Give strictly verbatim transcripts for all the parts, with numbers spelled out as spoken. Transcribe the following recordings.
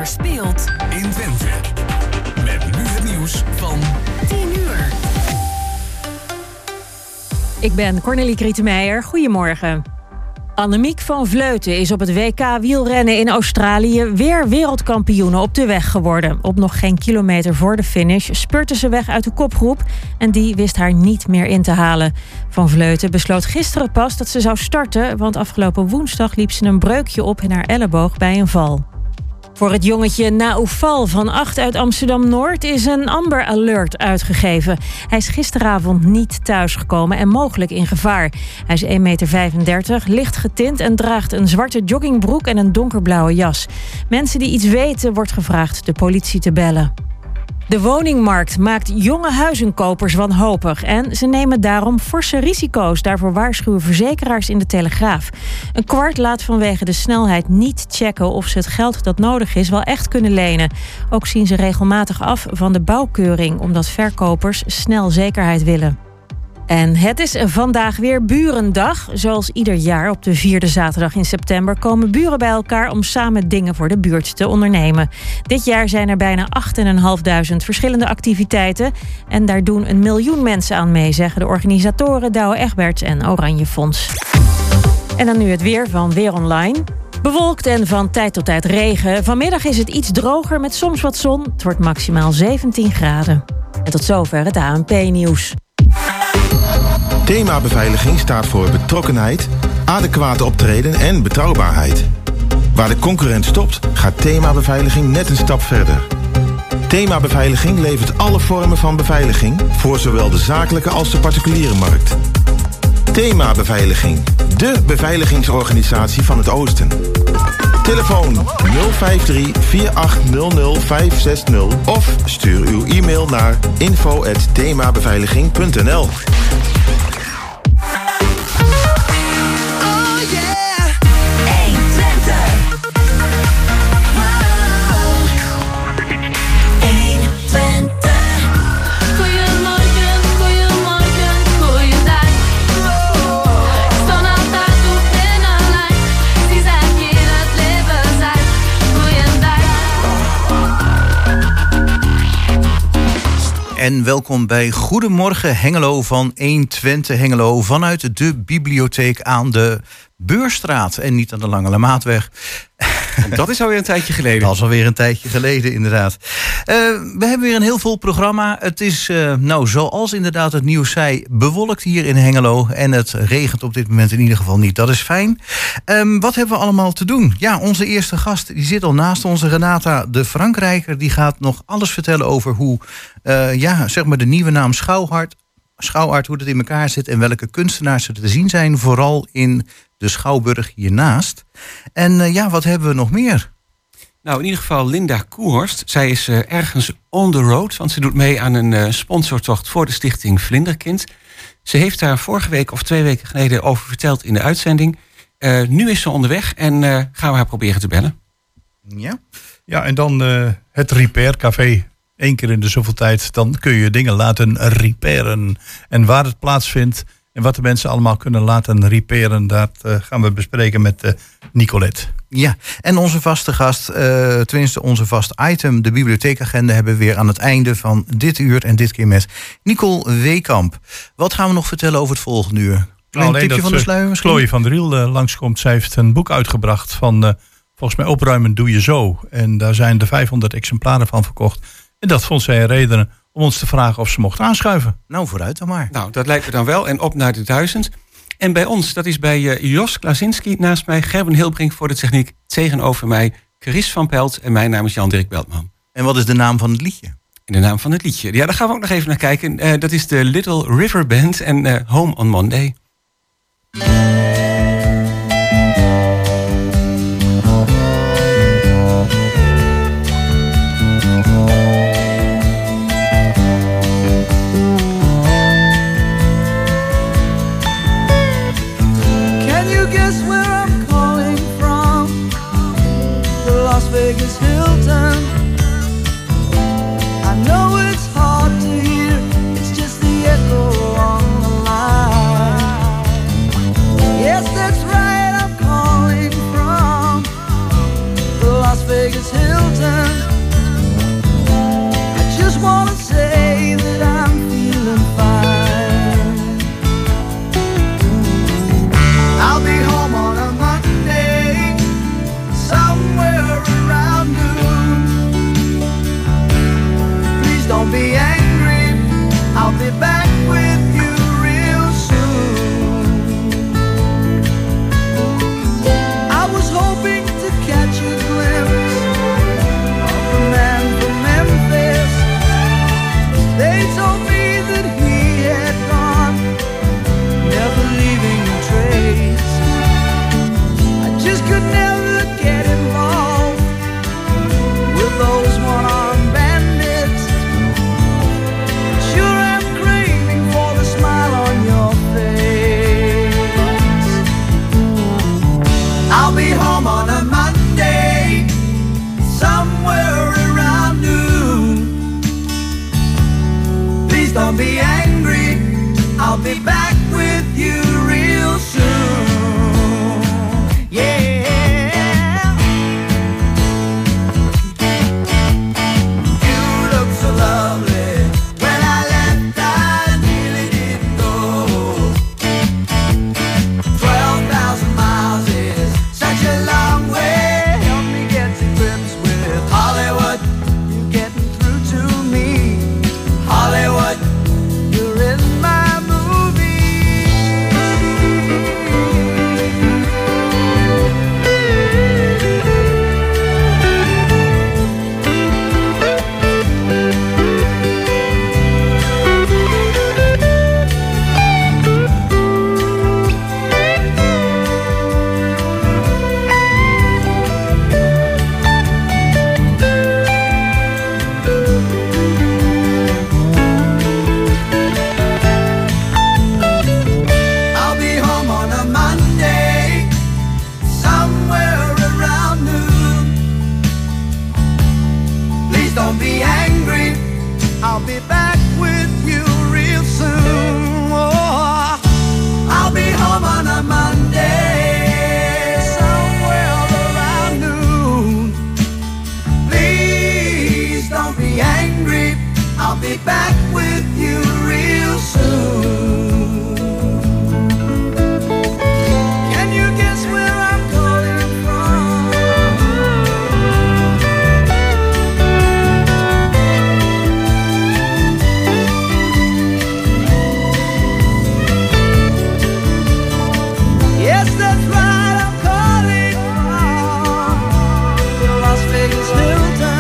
er speelt in Twente. Met nu het nieuws van tien uur. Ik ben Cornelie Krietenmeijer. Goedemorgen. Annemiek van Vleuten is op het W K wielrennen in Australië weer wereldkampioene op de weg geworden. Op nog geen kilometer voor de finish spurte ze weg uit de kopgroep en die wist haar niet meer in te halen. Van Vleuten besloot gisteren pas dat ze zou starten, want afgelopen woensdag liep ze een breukje op in haar elleboog bij een val. Voor het jongetje Naoufal van acht uit Amsterdam-Noord is een Amber Alert uitgegeven. Hij is gisteravond niet thuisgekomen en mogelijk in gevaar. Hij is één komma vijfendertig meter, licht getint en draagt een zwarte joggingbroek en een donkerblauwe jas. Mensen die iets weten wordt gevraagd de politie te bellen. De woningmarkt maakt jonge huizenkopers wanhopig en ze nemen daarom forse risico's. Daarvoor waarschuwen verzekeraars in de Telegraaf. Een kwart laat vanwege de snelheid niet checken of ze het geld dat nodig is wel echt kunnen lenen. Ook zien ze regelmatig af van de bouwkeuring, omdat verkopers snel zekerheid willen. En het is vandaag weer Burendag. Zoals ieder jaar op de vierde zaterdag in september komen buren bij elkaar om samen dingen voor de buurt te ondernemen. Dit jaar zijn er bijna acht en een half duizend verschillende activiteiten. En daar doen een miljoen mensen aan mee, zeggen de organisatoren Douwe Egberts en Oranje Fonds. En dan nu het weer van Weer Online. Bewolkt en van tijd tot tijd regen. Vanmiddag is het iets droger met soms wat zon. Het wordt maximaal zeventien graden. En tot zover het A N P-nieuws. Thema beveiliging staat voor betrokkenheid, adequate optreden en betrouwbaarheid. Waar de concurrent stopt, gaat Thema Beveiliging net een stap verder. Thema Beveiliging levert alle vormen van beveiliging voor zowel de zakelijke als de particuliere markt. Thema Beveiliging, de beveiligingsorganisatie van het Oosten. Telefoon nul vijf drie vier acht nul nul vijf zes nul of stuur uw e-mail naar info at themabeveiliging punt n l. En welkom bij Goedemorgen Hengelo van honderdtwintig Hengelo vanuit de bibliotheek aan de Beurstraat en niet aan de Lange Lamaatweg. Dat is alweer een tijdje geleden. Dat is alweer een tijdje geleden, inderdaad. Uh, we hebben weer een heel vol programma. Het is, uh, nou, zoals inderdaad het nieuws zei, bewolkt hier in Hengelo. En het regent op dit moment in ieder geval niet. Dat is fijn. Um, wat hebben we allemaal te doen? Ja, onze eerste gast die zit al naast onze, Renata de Frankrijker. Die gaat nog alles vertellen over hoe, uh, ja, zeg maar de nieuwe naam Schouwhart, Schouwart, hoe dat in elkaar zit en welke kunstenaars er te zien zijn. Vooral in de Schouwburg hiernaast. En uh, ja, wat hebben we nog meer? Nou, in ieder geval Linda Koehorst. Zij is uh, ergens on the road, want ze doet mee aan een uh, sponsortocht voor de stichting Vlinderkind. Ze heeft daar vorige week of twee weken geleden over verteld in de uitzending. Uh, nu is ze onderweg en uh, gaan we haar proberen te bellen. Ja, ja en dan uh, het Repair Café. Eén keer in de zoveel tijd, dan kun je dingen laten repairen. En waar het plaatsvindt en wat de mensen allemaal kunnen laten repairen, dat uh, gaan we bespreken met uh, Nicolette. Ja, en onze vaste gast, uh, tenminste onze vast item, de bibliotheekagenda, hebben we weer aan het einde van dit uur. En dit keer met Nicole Weekamp. Wat gaan we nog vertellen over het volgende uur? Klein nou, tipje van de sluier misschien? Chloe van der Riel uh, langskomt. Zij heeft een boek uitgebracht van, uh, volgens mij, Opruimen doe je zo. En daar zijn er vijfhonderd exemplaren van verkocht. En dat vond zij een reden om ons te vragen of ze mocht aanschuiven. Nou, vooruit dan maar. Nou, dat lijkt me dan wel. En op naar de duizend. En bij ons, dat is bij uh, Jos Klasinski naast mij, Gerben Hilbrink voor de techniek, tegenover mij Chris van Pelt en mijn naam is Jan-Dirk Beltman. En wat is de naam van het liedje? En de naam van het liedje? Ja, daar gaan we ook nog even naar kijken. Uh, dat is de Little River Band en uh, Home on Monday. Vegas Hilton. I know it's hard to hear, it's just the echo on the line. Yes, that's right, I'm calling from the Las Vegas Vegas Hilton. I just wanna say that I'm feeling fine. I'll be home on a Monday, somewhere around noon. Please don't be angry, I'll be back with you real soon. I was hoping to catch a glimpse of the man from Memphis. They told me that he had gone, never leaving a trace. I just could never get involved with those one-armed bandits. Sure, I'm craving for the smile on your face. I'll be home on a Monday, somewhere around noon. Please don't be angry, I'll be back with you real soon. Yeah. You look so lovely. When I left, I really didn't know. Twelve thousand miles is such a long way. Help me get to grips with Hollywood. You're getting through to me. Hollywood, you're in my movie. I'll be home on a Monday, somewhere around noon. Please don't be angry, I'll be back with you real soon. Oh, I'll be home on a Monday, somewhere around noon. Please don't be angry, I'll be back with you real soon. Can you guess where I'm calling from? Yes, that's right, I'm calling from the Las Vegas Hilton.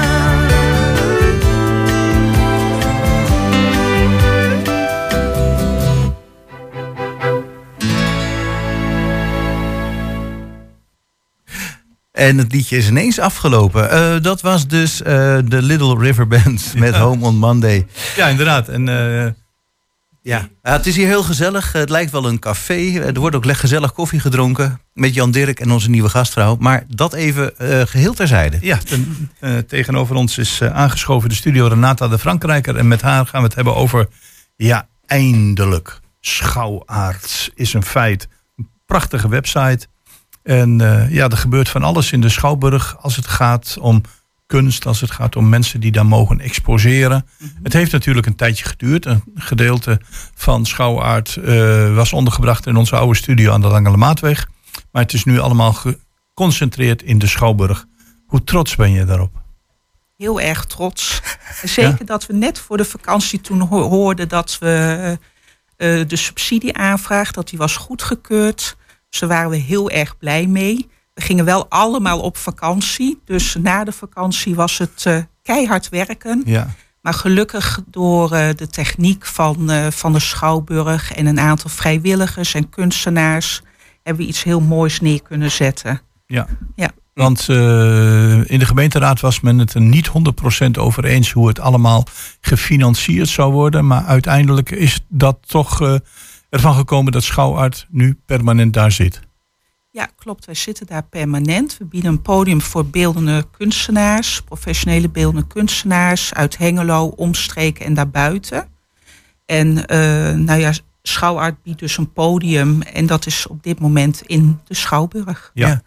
En het liedje is ineens afgelopen. Uh, dat was dus uh, de Little River Band met Ja. Home on Monday. Ja, inderdaad. En uh, Ja. Ja, het is hier heel gezellig. Het lijkt wel een café. Er wordt ook gezellig koffie gedronken met Jan Dirk en onze nieuwe gastvrouw. Maar dat even uh, geheel terzijde. ja, ten, uh, tegenover ons is uh, aangeschoven de studio Renata de Frankrijker. En met haar gaan we het hebben over, ja, eindelijk. Schouwaard is een feit. Een prachtige website. En uh, ja, er gebeurt van alles in de Schouwburg als het gaat om kunst, als het gaat om mensen die daar mogen exposeren. Mm-hmm. Het heeft natuurlijk een tijdje geduurd. Een gedeelte van Schouwaard uh, was ondergebracht in onze oude studio aan de Lange Maatweg. Maar het is nu allemaal geconcentreerd in de Schouwburg. Hoe trots ben je daarop? Heel erg trots. Zeker ja? dat we net voor de vakantie toen ho- hoorden dat we uh, de subsidieaanvraag, dat die was goedgekeurd. Dus daar waren we heel erg blij mee. We gingen wel allemaal op vakantie. Dus na de vakantie was het uh, keihard werken. Ja. Maar gelukkig door uh, de techniek van, uh, van de Schouwburg en een aantal vrijwilligers en kunstenaars hebben we iets heel moois neer kunnen zetten. Ja. Ja. Want uh, in de gemeenteraad was men het er niet honderd procent over eens hoe het allemaal gefinancierd zou worden. Maar uiteindelijk is dat toch uh, ervan gekomen dat Schouwaard nu permanent daar zit. Ja, klopt. Wij zitten daar permanent. We bieden een podium voor beeldende kunstenaars, professionele beeldende kunstenaars uit Hengelo, omstreken en daarbuiten. En uh, nou ja, Schouwaard biedt dus een podium en dat is op dit moment in de Schouwburg. Ja. Ja.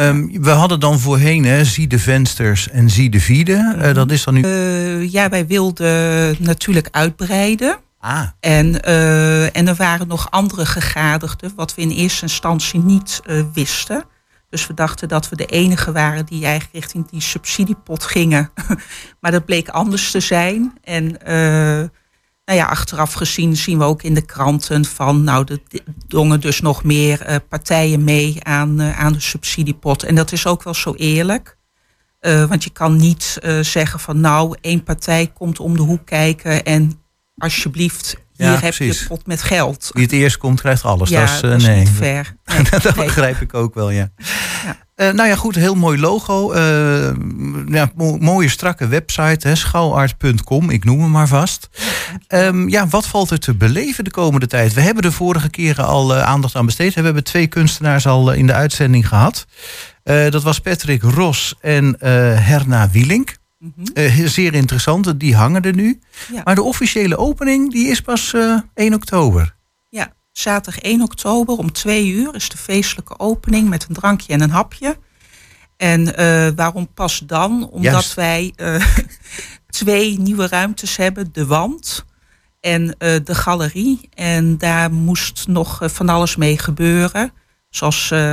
Um, we hadden dan voorheen hè, zie de vensters en zie de vierde. Uh, dat is dan nu... Uh, ja, wij wilden natuurlijk uitbreiden. Ah. En, uh, en er waren nog andere gegadigden, wat we in eerste instantie niet uh, wisten. Dus we dachten dat we de enige waren die eigenlijk richting die subsidiepot gingen. Maar dat bleek anders te zijn. En uh, nou ja, achteraf gezien zien we ook in de kranten van... nou, er dongen dus nog meer uh, partijen mee aan, uh, aan de subsidiepot. En dat is ook wel zo eerlijk. Uh, want je kan niet uh, zeggen van nou, één partij komt om de hoek kijken... en alsjeblieft, hier ja, heb precies. je pot met geld. Wie het eerst komt, krijgt alles. Ja, dat is, uh, dat is nee. niet fair. Nee, dat nee. begrijp ik ook wel, ja. Ja. Uh, nou ja, goed, heel mooi logo. Uh, ja, mo- mooie strakke website, hè, schouwart punt com. Ik noem hem maar vast. Um, ja, wat valt er te beleven de komende tijd? We hebben de vorige keren al uh, aandacht aan besteed. We hebben twee kunstenaars al uh, in de uitzending gehad. Uh, dat was Patrick Ros en uh, Herna Wielink. Mm-hmm. Uh, zeer interessant, die hangen er nu. Ja. Maar de officiële opening die is pas uh, één oktober. Ja, zaterdag één oktober om twee uur is de feestelijke opening met een drankje en een hapje. En uh, waarom pas dan? Omdat Juist. wij uh, twee nieuwe ruimtes hebben. De wand en uh, de galerie. En daar moest nog uh, van alles mee gebeuren. Zoals uh,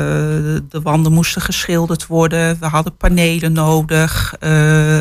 de wanden moesten geschilderd worden. We hadden panelen nodig. Uh,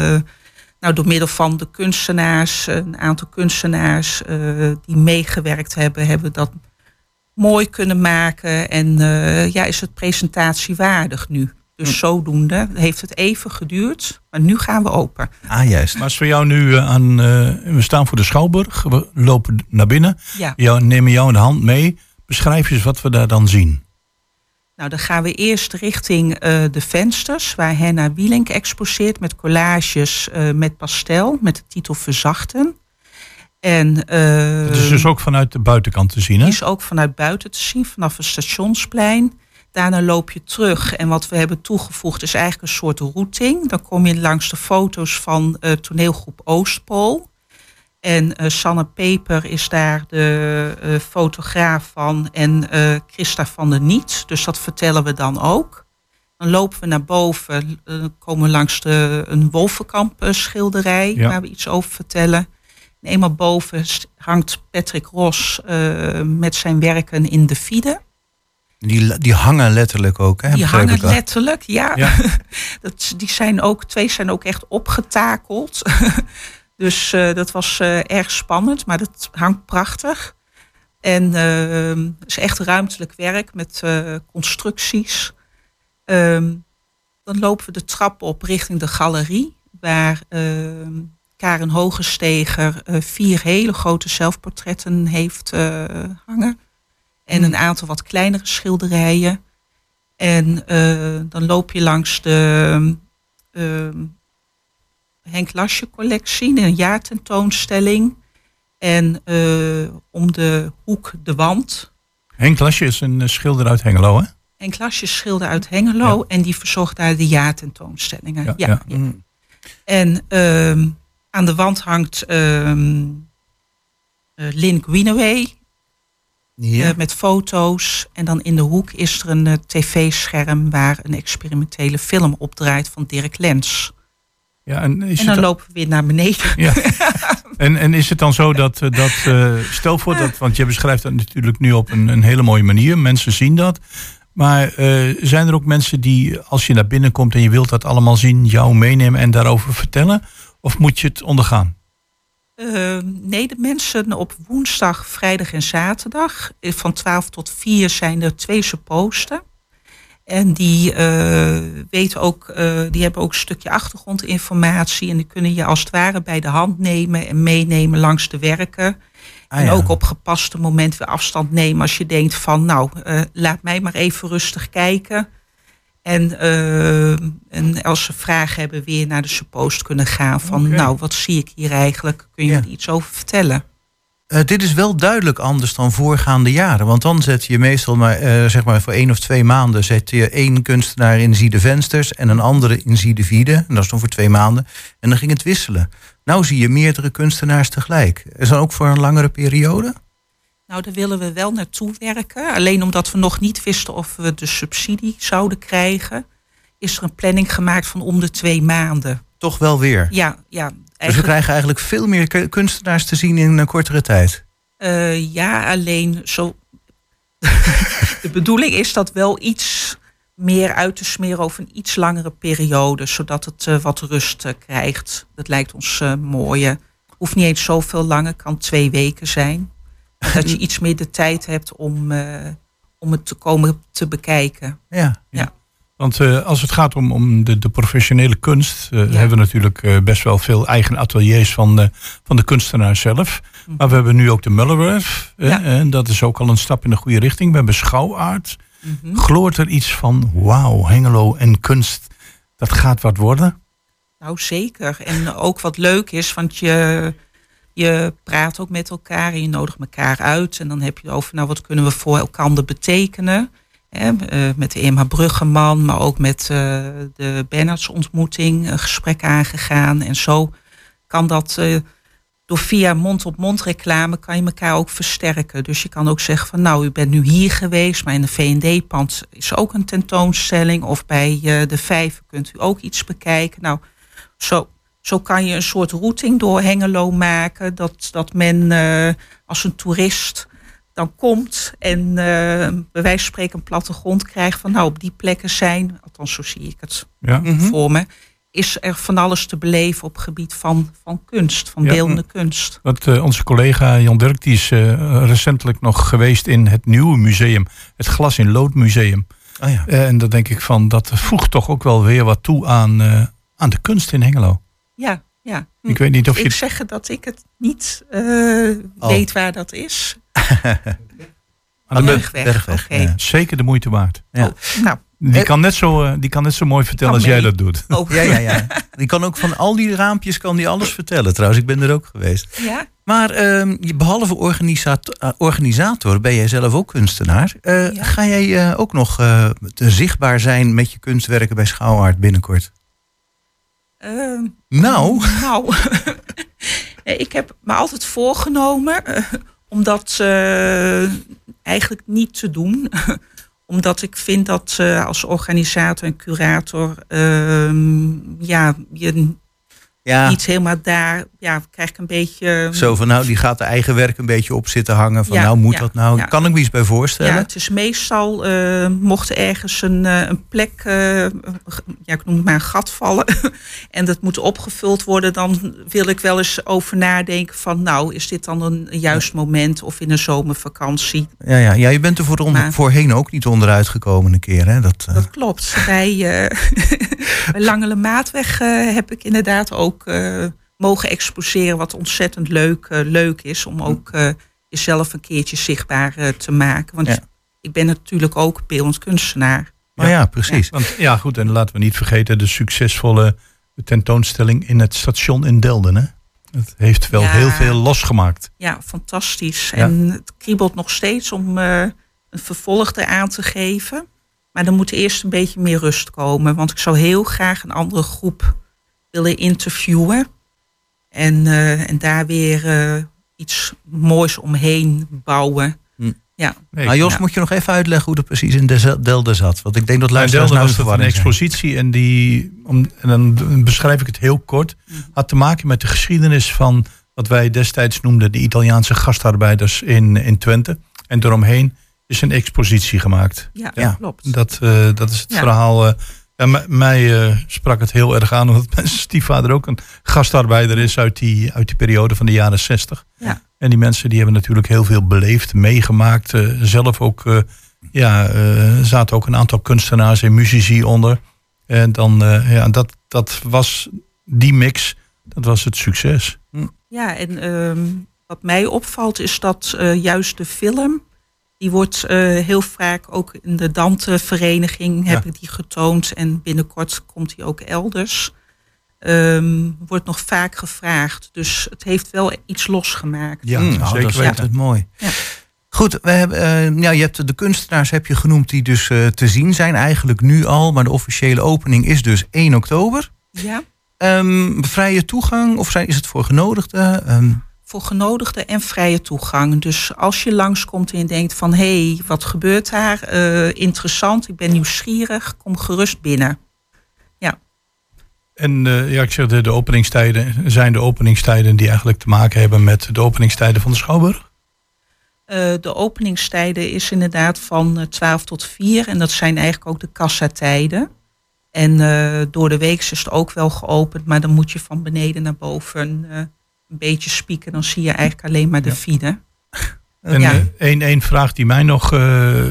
nou, door middel van de kunstenaars, een aantal kunstenaars uh, die meegewerkt hebben, hebben we dat mooi kunnen maken. En uh, ja, is het presentatiewaardig nu. Dus hm. zodoende heeft het even geduurd, maar nu gaan we open. Ah, juist. Maar als we jou nu uh, aan... Uh, we staan voor de Schouwburg, we lopen naar binnen. Ja. Jou, nemen jou in de hand mee. Beschrijf eens wat we daar dan zien. Nou, dan gaan we eerst richting uh, de vensters, waar Herna Wielink exposeert met collages uh, met pastel, met de titel Verzachten. En, uh, Het is dus ook vanuit de buitenkant te zien, hè? Die is ook vanuit buiten te zien, vanaf het stationsplein. Daarna loop je terug en wat we hebben toegevoegd is eigenlijk een soort routing. Dan kom je langs de foto's van uh, toneelgroep Oostpool. En uh, Sanne Peper is daar de uh, fotograaf van en uh, Christa van der Niet. Dus dat vertellen we dan ook. Dan lopen we naar boven, uh, komen we langs de, een Wolvenkamp uh, schilderij, ja, waar we iets over vertellen. En eenmaal boven hangt Patrick Ros uh, met zijn werken in de Fide. Die, die hangen letterlijk ook, hè? Die hangen letterlijk, ja. ja. dat, die zijn ook, twee zijn ook echt opgetakeld. Dus uh, dat was uh, erg spannend, maar dat hangt prachtig. En uh, het is echt ruimtelijk werk met uh, constructies. Um, dan lopen we de trap op richting de galerie, waar uh, Karen Hogesteger uh, vier hele grote zelfportretten heeft uh, hangen. En een aantal wat kleinere schilderijen. En uh, dan loop je langs de uh, Henk Lasje collectie, een jaartentoonstelling. En uh, om de hoek de wand. Henk Lasje is een schilder uit Hengelo, hè? Henk Lasje is schilder uit Hengelo. Ja. En die verzorgt daar de jaartentoonstellingen. Ja, ja, ja. ja. Mm. En uh, aan de wand hangt uh, uh, Lynn Greenaway. Ja. Uh, met foto's. En dan in de hoek is er een uh, tv-scherm waar een experimentele film opdraait van Dirk Lens. Ja, en is en dan het lopen we weer naar beneden. Ja. en, en is het dan zo dat, dat uh, stel voor dat, want je beschrijft dat natuurlijk nu op een, een hele mooie manier. Mensen zien dat. Maar uh, zijn er ook mensen die, als je naar binnen komt en je wilt dat allemaal zien, jou meenemen en daarover vertellen? Of moet je het ondergaan? Uh, nee, de mensen op woensdag, vrijdag en zaterdag van twaalf tot vier zijn er twee supposten. En die uh, weten ook, uh, die hebben ook een stukje achtergrondinformatie. En die kunnen je als het ware bij de hand nemen en meenemen langs de werken. Ah, en ja. ook op gepaste moment weer afstand nemen als je denkt van nou, uh, laat mij maar even rustig kijken. En, uh, en als ze vragen hebben, weer naar de suppost kunnen gaan van okay. nou, wat zie ik hier eigenlijk? Kun je ja. er iets over vertellen? Uh, dit is wel duidelijk anders dan voorgaande jaren. Want dan zet je meestal maar, uh, zeg maar voor één of twee maanden zet je één kunstenaar in Zie de Vensters en een andere in Zie de Vierde. En dat is dan voor twee maanden. En dan ging het wisselen. Nou zie je meerdere kunstenaars tegelijk. Is dat ook voor een langere periode? Nou, daar willen we wel naartoe werken. Alleen omdat we nog niet wisten of we de subsidie zouden krijgen, is er een planning gemaakt van om de twee maanden. Toch wel weer? Ja, ja. Dus we eigenlijk- krijgen eigenlijk veel meer ku- kunstenaars te zien in een kortere tijd. Uh, ja, alleen zo. De bedoeling is dat wel iets meer uit te smeren over een iets langere periode, zodat het uh, wat rust uh, krijgt. Dat lijkt ons uh, mooi. Uh, hoeft niet eens zoveel langer, kan twee weken zijn. Dat je iets meer de tijd hebt om, uh, om het te komen te bekijken. Ja. Ja. Want uh, als het gaat om, om de, de professionele kunst, uh, Ja. hebben we natuurlijk uh, best wel veel eigen ateliers van de, van de kunstenaar zelf. Mhm. Maar we hebben nu ook de Mullerwerf. Uh, Ja. En dat is ook al een stap in de goede richting. We hebben Schouwaard. Mhm. Gloort er iets van, wauw, Hengelo en kunst, dat gaat wat worden? Nou, zeker. En ook wat leuk is, want je, je praat ook met elkaar en je nodigt elkaar uit. En dan heb je het over, nou, wat kunnen we voor elkaar betekenen? Hè, uh, met de Emma Bruggeman, maar ook met uh, de Bernards ontmoeting, een gesprek aangegaan. En zo kan dat, uh, door via mond-op-mond reclame, kan je elkaar ook versterken. Dus je kan ook zeggen van, nou, u bent nu hier geweest, maar in de V en D-pand is ook een tentoonstelling. Of bij uh, de Vijver kunt u ook iets bekijken. Nou, zo, zo kan je een soort routing door Hengelo maken, dat, dat men uh, als een toerist dan komt en uh, bij wijze van spreken een plattegrond krijgt van, nou, op die plekken zijn, althans zo zie ik het Ja. Mhm. voor me, is er van alles te beleven op het gebied van, van kunst, van Ja. beeldende kunst. Want uh, onze collega Jan Dirk die is uh, recentelijk nog geweest in het nieuwe museum, het Glas in Lood Museum. Oh ja. Uh, en dan denk ik van, dat voegt toch ook wel weer wat toe aan, uh, aan de kunst in Hengelo. Ja, ja. Ik weet niet of Ik je... zeg dat ik het niet uh, Oh. weet waar dat is. aan de Bergweg, Bergweg, oké. ja. Zeker de moeite waard. Ja. Oh, nou, Die kan net zo, uh, die kan net zo mooi vertellen Kan als jij mee. dat doet. oh. Ja, ja, ja. Die kan ook van al die raampjes kan die alles vertellen. Trouwens, ik ben er ook geweest. Ja, Maar ehm, je- behalve organisator, uh, organisator ben jij zelf ook kunstenaar. Uh, Ja. Ga jij uh, ook nog uh, te zichtbaar zijn met je kunstwerken bij Schouwaard binnenkort? uh, Nou, Nou, nee, ik heb me altijd voorgenomen uh, om dat uh, eigenlijk niet te doen. Omdat ik vind dat uh, als organisator en curator uh, ja, je ja, niet helemaal daar, ja, krijg ik een beetje. zo van nou, die gaat de eigen werk een beetje op zitten hangen. Van Ja, nou, moet ja, dat nou? ja. Kan ik me iets bij voorstellen? Ja, het is meestal, uh, mocht er ergens een, uh, een plek, uh, ja, ik noem het maar een gat vallen, en dat moet opgevuld worden, dan wil ik wel eens over nadenken van, nou, is dit dan een juist moment of in een zomervakantie? Ja, ja, ja, je bent er voor, Maar- voorheen ook niet onderuit gekomen een keer. Hè? Dat, uh, Dat klopt. Bij, uh, bij Langele Maatweg uh, heb ik inderdaad ook uh, mogen exposeren, wat ontzettend leuk, uh, leuk is om ook uh, jezelf een keertje zichtbaar uh, te maken. Want Ja. ik ben natuurlijk ook beeldend kunstenaar. oh ja, precies. Want ja, goed, en laten we niet vergeten de succesvolle tentoonstelling in het station in Delden. Hè? Het heeft wel Ja. heel veel losgemaakt. Ja, fantastisch. Ja. En het kriebelt nog steeds om uh, een vervolg eraan te geven. Maar er moet eerst een beetje meer rust komen. Want ik zou heel graag een andere groep willen interviewen. En, uh, en daar weer uh, iets moois omheen bouwen. Hm. Ja. Nee, Nou, Jos, ja. moet je nog even uitleggen hoe dat precies in de Delden zat? Want ik denk dat Bij luisteraars Delden nou was dat een expositie en die, om, en dan beschrijf ik het heel kort, had te maken met de geschiedenis van wat wij destijds noemden de Italiaanse gastarbeiders in, in Twente. En daaromheen is een expositie gemaakt. Ja, Ja. klopt. Dat, uh, dat is het Ja. verhaal. Uh, ja, m- mij uh, sprak het heel erg aan, omdat mijn stiefvader ook een gastarbeider is uit die, uit die periode van de jaren zestig. Ja. En die mensen die hebben natuurlijk heel veel beleefd, meegemaakt. Uh, zelf ook, uh, ja, uh, zaten ook een aantal kunstenaars en muzici onder. En dan, uh, ja, dat, dat was die mix, dat was het succes. Ja, en um, wat mij opvalt is dat uh, juist de film, die wordt uh, heel vaak ook in de Dante-vereniging, Ja. heb ik die getoond. En binnenkort komt die ook elders. Um, wordt nog vaak gevraagd. Dus het heeft wel iets losgemaakt. Ja, Mm, nou, zeker dat is weten. altijd mooi. Ja. Goed, we hebben, uh, ja, je hebt de kunstenaars heb je genoemd die dus uh, te zien zijn. Eigenlijk nu al, maar de officiële opening is dus één oktober. Ja. Um, vrije toegang of zijn, is het voor genodigden? Um, voor genodigden en vrije toegang. Dus als je langskomt en je denkt van... hé, hey, wat gebeurt daar? Uh, interessant, ik ben nieuwsgierig. Kom gerust binnen. Ja. En uh, ja, ik zeg, de, de openingstijden zijn de openingstijden... die eigenlijk te maken hebben met de openingstijden van de Schouwburg? Uh, de openingstijden is inderdaad van twaalf tot vier. En dat zijn eigenlijk ook de kassatijden. En uh, door de week is het ook wel geopend... maar dan moet je van beneden naar boven... Uh, een beetje spieken, dan zie je eigenlijk alleen maar de ja. file. En ja. één, één vraag die mij nog uh,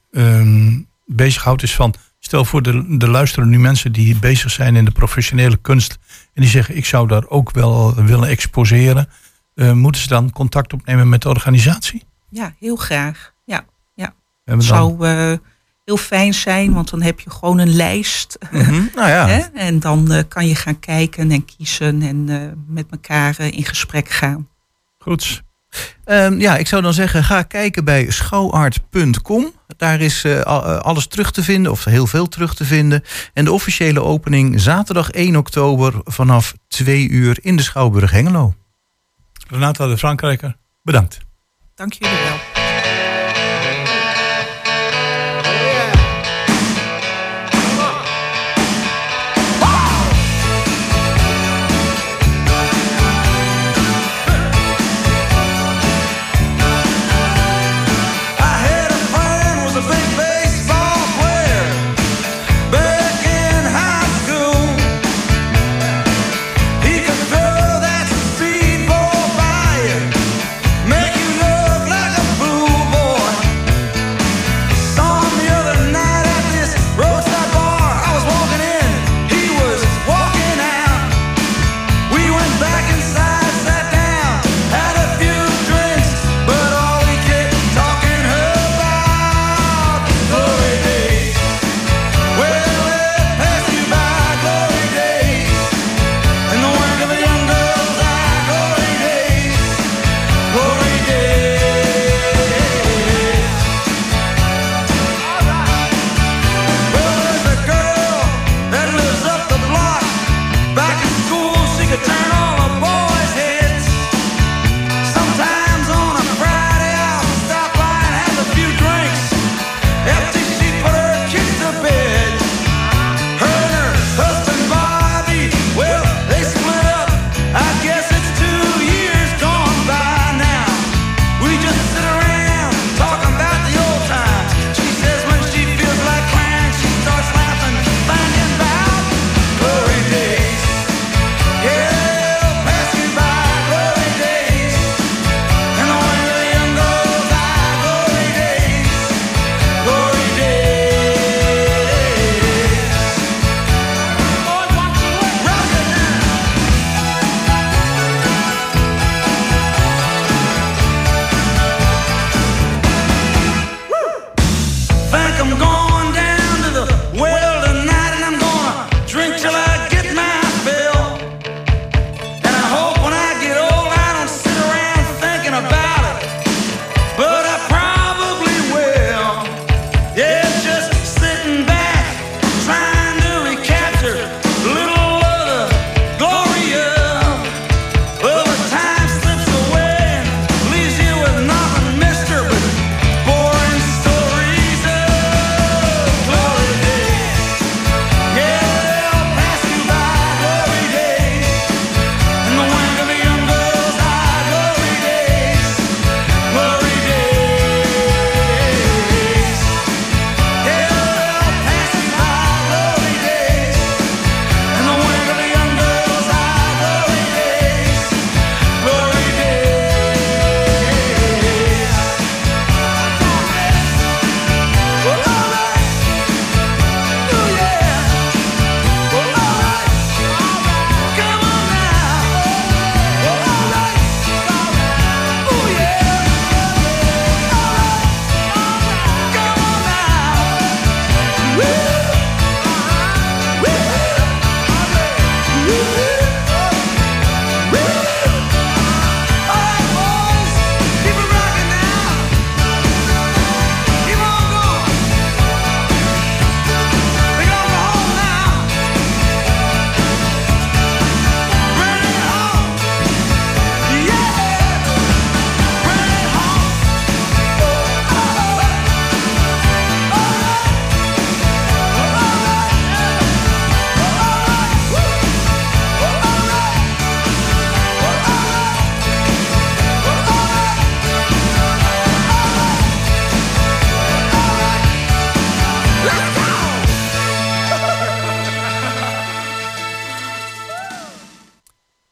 um, bezighoudt is van... stel voor, de, de luisteren nu mensen die bezig zijn in de professionele kunst... en die zeggen, ik zou daar ook wel willen exposeren. Uh, moeten ze dan contact opnemen met de organisatie? Ja, heel graag. Ja, ja. Het zou uh, heel fijn zijn, want dan heb je gewoon een lijst. Mm-hmm. Nou ja. Hè? En dan uh, kan je gaan kijken en kiezen en uh, met elkaar uh, in gesprek gaan. Goed. Um, ja, ik zou dan zeggen, ga kijken bij schouwart punt com. Daar is uh, alles terug te vinden, of heel veel terug te vinden. En de officiële opening zaterdag één oktober vanaf twee uur in de Schouwburg Hengelo. Renata de Frankrijker, bedankt. Dank jullie wel. Turn all the boys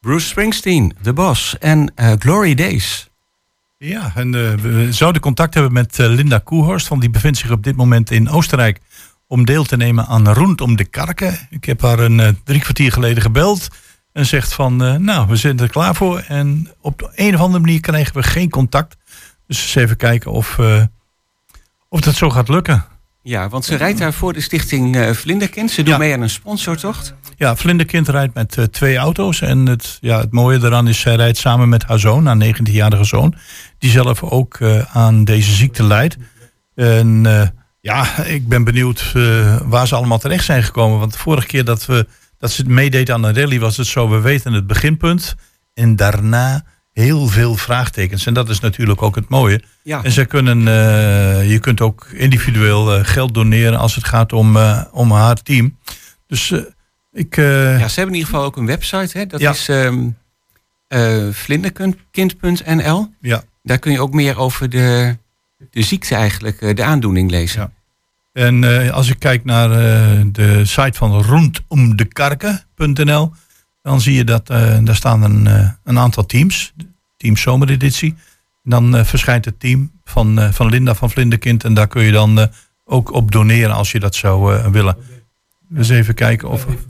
Bruce Springsteen, The Boss en uh, Glory Days. Ja, en uh, we zouden contact hebben met uh, Linda Koehorst, want die bevindt zich op dit moment in Oostenrijk om deel te nemen aan Rondom de Karken. Ik heb haar een uh, drie kwartier geleden gebeld en zegt van, uh, nou, we zijn er klaar voor. En op de een of andere manier krijgen we geen contact. Dus eens even kijken of, uh, of dat zo gaat lukken. Ja, want ze rijdt daar voor de stichting uh, Vlinderkind. Ze doet ja. mee aan een sponsortocht. Ja, Vlinderkind rijdt met uh, twee auto's. En het, ja, het mooie daaraan is, zij rijdt samen met haar zoon, haar negentienjarige zoon, die zelf ook uh, aan deze ziekte lijdt. En uh, ja, ik ben benieuwd uh, waar ze allemaal terecht zijn gekomen. Want de vorige keer dat, we, dat ze meedeed aan een rally was het zo, we weten het beginpunt. En daarna heel veel vraagtekens. En dat is natuurlijk ook het mooie. Ja. En ze kunnen, uh, je kunt ook individueel uh, geld doneren als het gaat om, uh, om haar team. Dus uh, ik... Uh... Ja, ze hebben in ieder geval ook een website. Hè? Dat ja. is um, uh, vlinderkind punt n l. Ja. Daar kun je ook meer over de, de ziekte eigenlijk, uh, de aandoening lezen. Ja. En uh, als ik kijk naar uh, de site van rondomdekarken punt n l... dan zie je dat uh, daar staan een, uh, een aantal teams. Team Zomereditie. Dan uh, verschijnt het team van, uh, van Linda van Vlinderkind. En daar kun je dan uh, ook op doneren als je dat zou uh, willen. Dus even kijken of... Oké.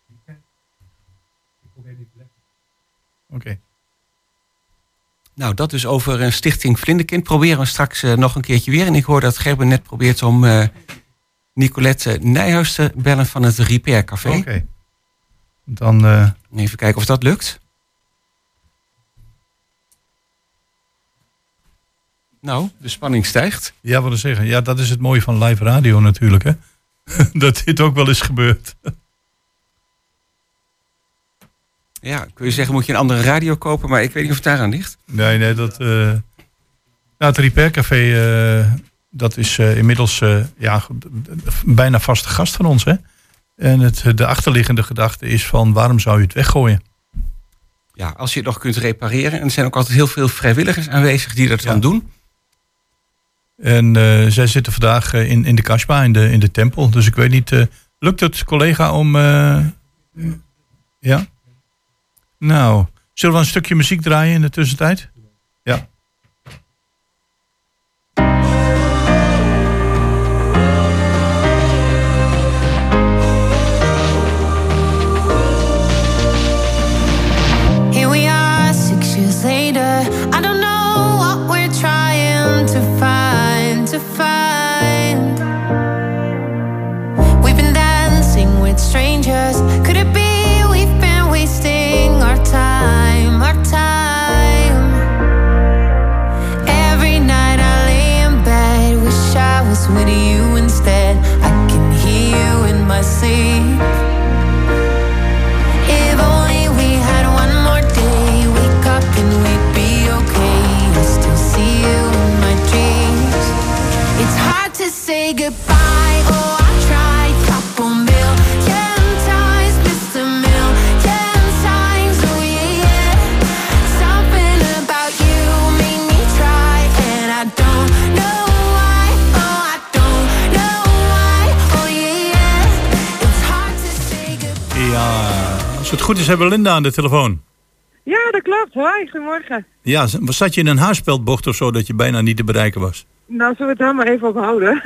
Okay. Nou, dat dus over uh, Stichting Vlinderkind. Proberen we straks uh, nog een keertje weer. En ik hoor dat Gerben net probeert om uh, Nicolette Nijhuis te bellen van het Repair Café. Oké. Okay. Dan uh... even kijken of dat lukt. Nou, de spanning stijgt. Ja, wat ik zeggen. Ja, dat is het mooie van live radio natuurlijk, hè. Dat dit ook wel eens gebeurt. Ja, kun je zeggen, moet je een andere radio kopen, maar ik weet niet of het daaraan ligt. Nee, nee, dat... Uh... Nou, het Repair Café, uh, dat is uh, inmiddels uh, ja, bijna vaste gast van ons, hè. En het, de achterliggende gedachte is van, waarom zou je het weggooien? Ja, als je het nog kunt repareren. En er zijn ook altijd heel veel vrijwilligers aanwezig die dat ja. dan doen. En uh, zij zitten vandaag uh, in, in de kasbah, in de, in de tempel. Dus ik weet niet, uh, lukt het collega om... Uh, ja? Nou, zullen we een stukje muziek draaien in de tussentijd? Ja. Later, I don't know what we're trying to find, to find. We've been dancing with strangers. Could it be we've been wasting our time, our time? Every night I lay in bed, wish I was with you instead. I can hear you in my sleep. If only we had one more day, wake up and we'd be okay. I still see you in my dreams. It's hard to say goodbye. Oh, I tried couple million times, missed a million times. Oh yeah, yeah. Something about you made me try, and I don't know why. Oh, I don't know why. Oh yeah, yeah. It's hard to say goodbye. Ja, als het goed is hebben we Linda aan de telefoon. Ja, dat klopt. Hoi, goedemorgen. Ja, zat je in een haarspeldbocht of zo dat je bijna niet te bereiken was? Nou, zullen we het daar maar even op houden.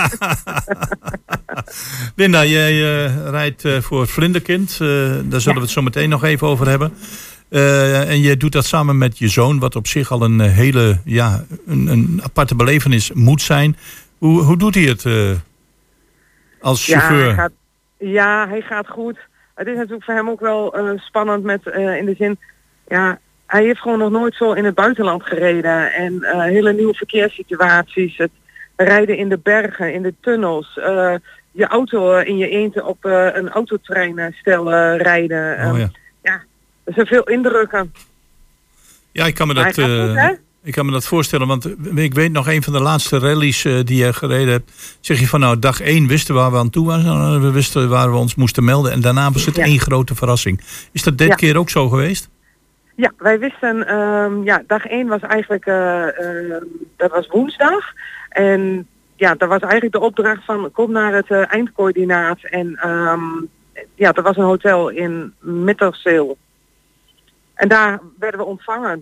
Linda, jij uh, rijdt uh, voor Vlinderkind. Uh, daar zullen ja. we het zo meteen nog even over hebben. Uh, en je doet dat samen met je zoon, wat op zich al een uh, hele ja, een, een aparte belevenis moet zijn. Hoe, hoe doet hij het uh, als chauffeur? Ja hij, gaat, ja, hij gaat goed. Het is natuurlijk voor hem ook wel uh, spannend met uh, in de zin... ja. Hij heeft gewoon nog nooit zo in het buitenland gereden. En uh, hele nieuwe verkeerssituaties. Het rijden in de bergen, in de tunnels. Uh, je auto uh, in je eentje op uh, een autotreinstel uh, rijden. Um, oh, ja. ja, er zijn veel indrukken. Ja, ik kan me dat, uh, goed, ik kan me dat voorstellen. Want ik weet nog een van de laatste rallies uh, die je gereden hebt. Zeg je van nou, dag één wisten we waar we aan toe waren. We wisten waar we ons moesten melden. En daarna was het ja. één grote verrassing. Is dat dit ja. keer ook zo geweest? Ja, wij wisten, um, ja, dag één was eigenlijk, uh, uh, dat was woensdag. En ja, dat was eigenlijk de opdracht van kom naar het uh, eindcoördinaat. En um, ja, dat was een hotel in Mitterzeil. En daar werden we ontvangen.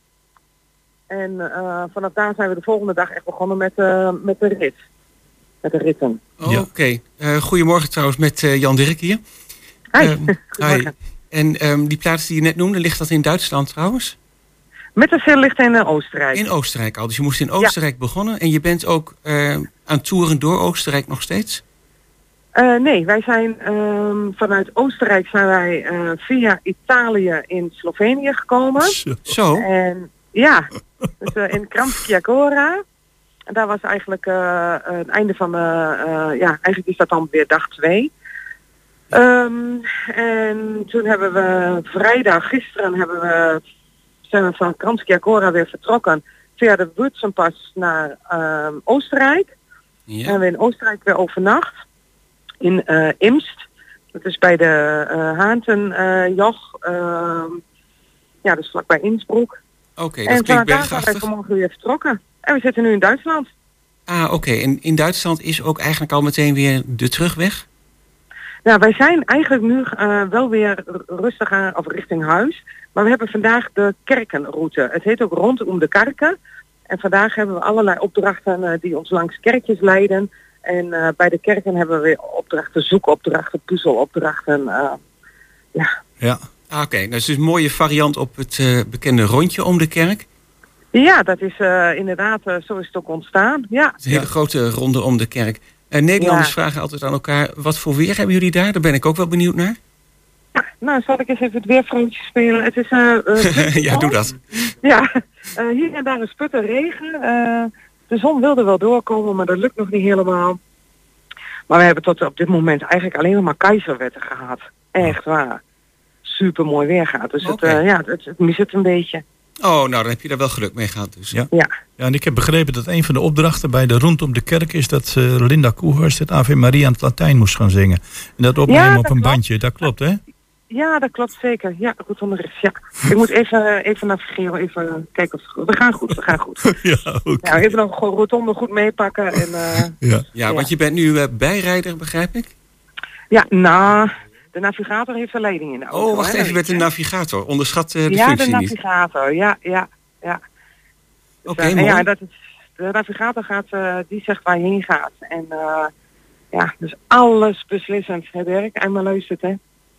En uh, vanaf daar zijn we de volgende dag echt begonnen met, uh, met de rit. Met de ritten. Oh, Oké. Okay. Uh, goedemorgen trouwens met uh, Jan Dirk hier. Hi. Um, hi. En um, die plaats die je net noemde, ligt dat in Duitsland trouwens? Met de Sil ligt in uh, Oostenrijk. In Oostenrijk al. Dus je moest in Oostenrijk ja. begonnen. En je bent ook uh, aan toeren door Oostenrijk nog steeds? Uh, nee, wij zijn um, vanuit Oostenrijk zijn wij uh, via Italië in Slovenië gekomen. Zo? En ja, dus uh, in Kranjska Gora. En daar was eigenlijk uh, het einde van de, uh, ja, eigenlijk is dat dan weer dag twee. Um, en toen hebben we vrijdag, gisteren hebben we, zijn we van Kranjska Gora weer vertrokken via de Wurzenpas naar uh, Oostenrijk. Ja. En we in Oostenrijk weer overnacht in uh, Imst. Dat is bij de uh, Haantenjoch, uh, uh, ja, dus vlakbij Innsbruck. Oké, okay, dat klinkt bergachtig. En daar zijn we vanmorgen weer vertrokken. En we zitten nu in Duitsland. Ah, oké. Okay. En in Duitsland is ook eigenlijk al meteen weer de terugweg? Nou, wij zijn eigenlijk nu uh, wel weer rustig aan, of richting huis. Maar we hebben vandaag de kerkenroute. Het heet ook rondom de kerken. En vandaag hebben we allerlei opdrachten uh, die ons langs kerkjes leiden. En uh, bij de kerken hebben we weer opdrachten, zoekopdrachten, puzzelopdrachten. Uh, ja. Ja. Ah, oké, okay. Dat is dus een mooie variant op het uh, bekende rondje om de kerk. Ja, dat is uh, inderdaad, uh, zo is het ook ontstaan. Ja. Het is een hele ja. grote ronde om de kerk. Uh, Nederlanders ja. vragen altijd aan elkaar, wat voor weer hebben jullie daar? Daar ben ik ook wel benieuwd naar. Ja, nou, zal ik eens even het weerfroontje spelen. Het is... Uh, uh, ja, doe dat. Ja, uh, hier en daar een sputter regen. Uh, de zon wilde wel doorkomen, maar dat lukt nog niet helemaal. Maar we hebben tot op dit moment eigenlijk alleen maar keizerwetten gehad. Echt waar. Super mooi weer gaat. Dus okay. het, uh, ja, het, het mis het een beetje. Oh, nou dan heb je daar wel geluk mee gehad dus. Ja. Ja. Ja, en ik heb begrepen dat een van de opdrachten bij de Rondom de Kerk is dat uh, Linda Koehorst het Ave Maria aan het Latijn moest gaan zingen. En dat opnemen ja, dat op een klopt. bandje. Dat klopt, hè? Ja, dat klopt zeker. Ja, goed onderricht. Ja. Ik moet even, even navigeren, even kijken of het goed. We gaan goed, we gaan goed. Ja, okay. Ja, even nog gewoon rotonde goed meepakken. En, uh, ja. ja, want je bent nu uh, bijrijder, begrijp ik? Ja, nou, de navigator heeft een leiding in de auto. Oh, wacht hè, even met de navigator. Onderschat uh, de ja, functie niet. Ja, de navigator. Niet. Ja, ja, ja. Oké, okay, dus, uh, ja, dat is, de navigator gaat, uh, die zegt waar je heen gaat. En uh, ja, dus alles beslissend, hè Dirk? En maar luistert, hè?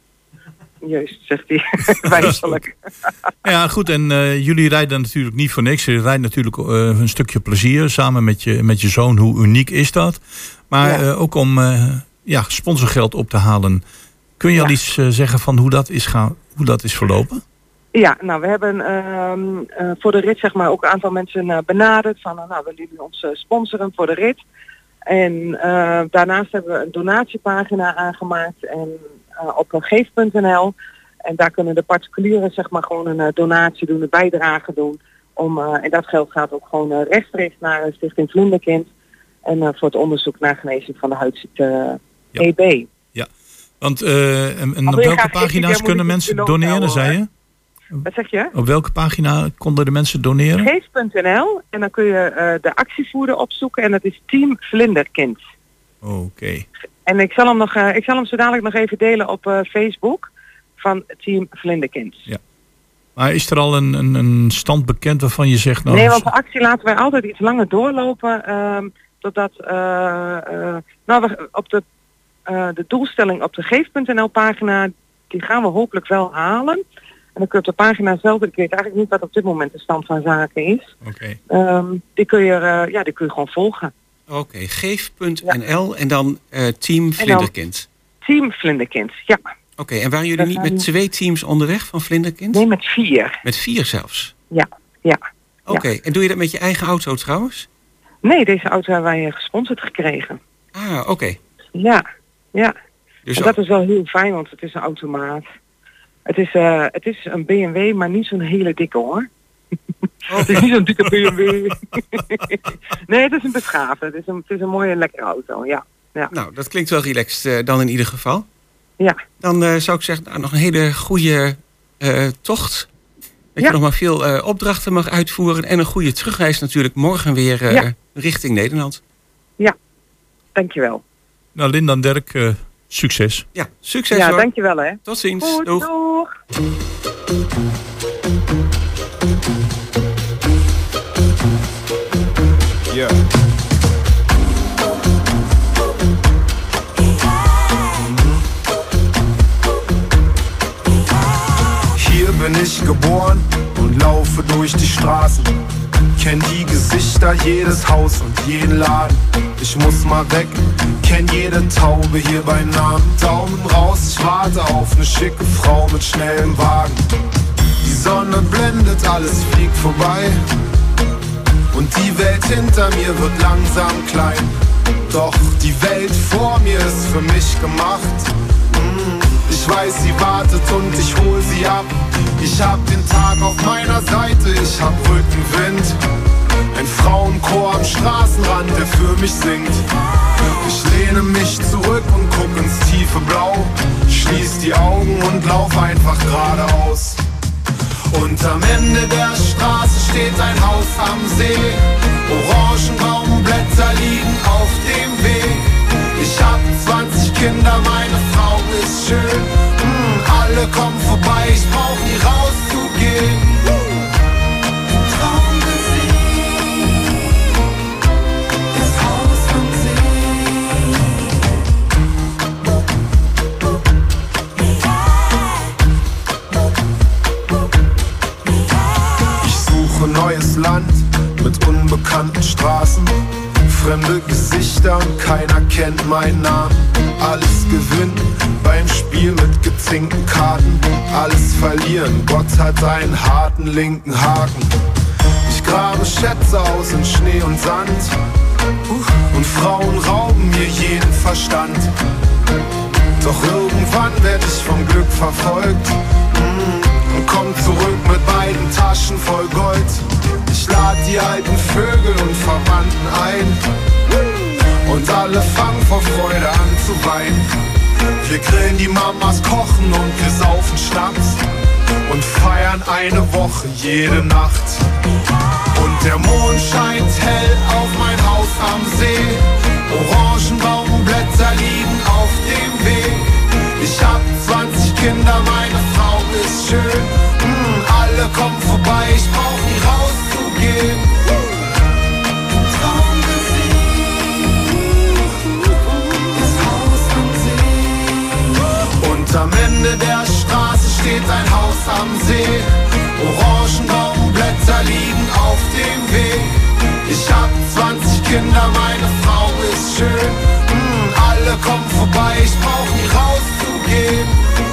Juist, zegt hij. Wijselijk. Ja, goed. En uh, jullie rijden natuurlijk niet voor niks. Je rijdt natuurlijk uh, een stukje plezier samen met je, met je zoon. Hoe uniek is dat? Maar ja. uh, ook om uh, ja, sponsorgeld op te halen. Kun je al ja. iets uh, zeggen van hoe dat is, gaan, hoe dat is verlopen? Ja, nou we hebben uh, uh, voor de rit zeg maar ook een aantal mensen uh, benaderd. Van uh, nou willen jullie ons uh, sponsoren voor de rit? En uh, daarnaast hebben we een donatiepagina aangemaakt. En Uh, op geef punt n l en daar kunnen de particulieren zeg maar gewoon een uh, donatie doen, een bijdrage doen. Om, uh, en dat geld gaat ook gewoon uh, rechtstreeks naar uh, Stichting Vlinderkind en uh, voor het onderzoek naar genezing van de huidziekte uh, ja. E B. Ja, want uh, en, en op welke pagina's kunnen mensen doneren, nou, zei je? Wat zeg je? Op welke pagina konden de mensen doneren? geef punt n l en dan kun je uh, de actievoerder opzoeken en dat is Team Vlinderkind. Oké. Okay. En ik zal hem nog, uh, ik zal hem zo dadelijk nog even delen op uh, Facebook van Team Vlinderkind. Ja. Maar is er al een, een, een stand bekend waarvan je zegt... Nou, nee, want de actie laten wij altijd iets langer doorlopen. Uh, totdat uh, uh, nou, we, op de, uh, de doelstelling op de geef punt n l pagina, die gaan we hopelijk wel halen. En dan kun je op de pagina zelf, ik weet eigenlijk niet wat op dit moment de stand van zaken is. Okay. Um, die, kun je, uh, ja, die kun je gewoon volgen. Oké, okay, geef punt n l ja. en dan uh, Team Vlinderkind. Team Vlinderkind, ja. Oké, okay, en waren jullie niet met twee teams onderweg van Vlinderkind? Nee, met vier. Met vier zelfs? Ja, ja. Oké, okay. ja. En doe je dat met je eigen auto trouwens? Nee, deze auto hebben wij gesponsord gekregen. Ah, oké. Okay. Ja, ja. Dus en dat is wel heel fijn, want het is een automaat. Het is, uh, het is een B M W, maar niet zo'n hele dikke hoor. Oh. Het is niet zo'n dikke B M W. Nee, het is een beschaafde. Het is een, het is een mooie, lekkere auto, ja. ja. Nou, dat klinkt wel relaxed uh, dan in ieder geval. Ja. Dan uh, zou ik zeggen, nou, nog een hele goede uh, tocht. Dat ja. je nog maar veel uh, opdrachten mag uitvoeren. En een goede terugreis natuurlijk morgen weer uh, ja. richting Nederland. Ja, dankjewel. Nou, Linda en Dirk, uh, succes. Ja, succes Ja, hoor. dankjewel hè. Tot ziens. Goed, doeg. doeg. bin ich geboren und laufe durch die Straßen. Kenn die Gesichter, jedes Haus und jeden Laden. Ich muss mal weg, kenn jede Taube hier bei Namen. Daumen raus, ich warte auf ne schicke Frau mit schnellem Wagen. Die Sonne blendet, alles fliegt vorbei. Und die Welt hinter mir wird langsam klein. Doch die Welt vor mir ist für mich gemacht. Ich weiß, sie wartet und ich hol sie ab. Ich hab den Tag auf meiner Seite, ich hab Rückenwind. Ein Frauenchor am Straßenrand, der für mich singt. Ich lehne mich zurück und guck ins tiefe Blau. Schließ die Augen und lauf einfach geradeaus. Und am Ende der Straße steht ein Haus am See. Orangenbaumblätter liegen auf dem Weg. Ich hab zwanzig Kinder, meine Frau ist schön. Mm, alle kommen vorbei, ich brauch nie rauszugehen. Traummusik, das Haus am See. Ich suche neues Land mit unbekannten Straßen. Fremde Gesichter und keiner kennt meinen Namen. Alles gewinnen beim Spiel mit gezinkten Karten. Alles verlieren, Gott hat einen harten linken Haken. Ich grabe Schätze aus in Schnee und Sand. Und Frauen rauben mir jeden Verstand. Doch irgendwann werd ich vom Glück verfolgt. Und komm zurück mit beiden Taschen voll Gold. Ich lad die alten Vögel und Verwandten ein. Und alle fangen vor Freude an zu weinen. Wir grillen, die Mamas kochen und wir saufen Schnaps. Und feiern eine Woche jede Nacht. Und der Mond scheint hell auf mein Haus am See. Orangenbaumblätter liegen auf dem Weg. Ich hab zwanzig Kinder, meine Frau ist schön. Mm, alle kommen vorbei, ich brauch nie rauszugehen. Traummusik, das Haus am See. Und am Ende der Straße steht ein Haus am See. Orangenbaumblätter liegen auf dem Weg. Ich hab zwanzig Kinder, meine Frau ist schön. Mm, alle kommen vorbei, ich brauch nie rauszugehen.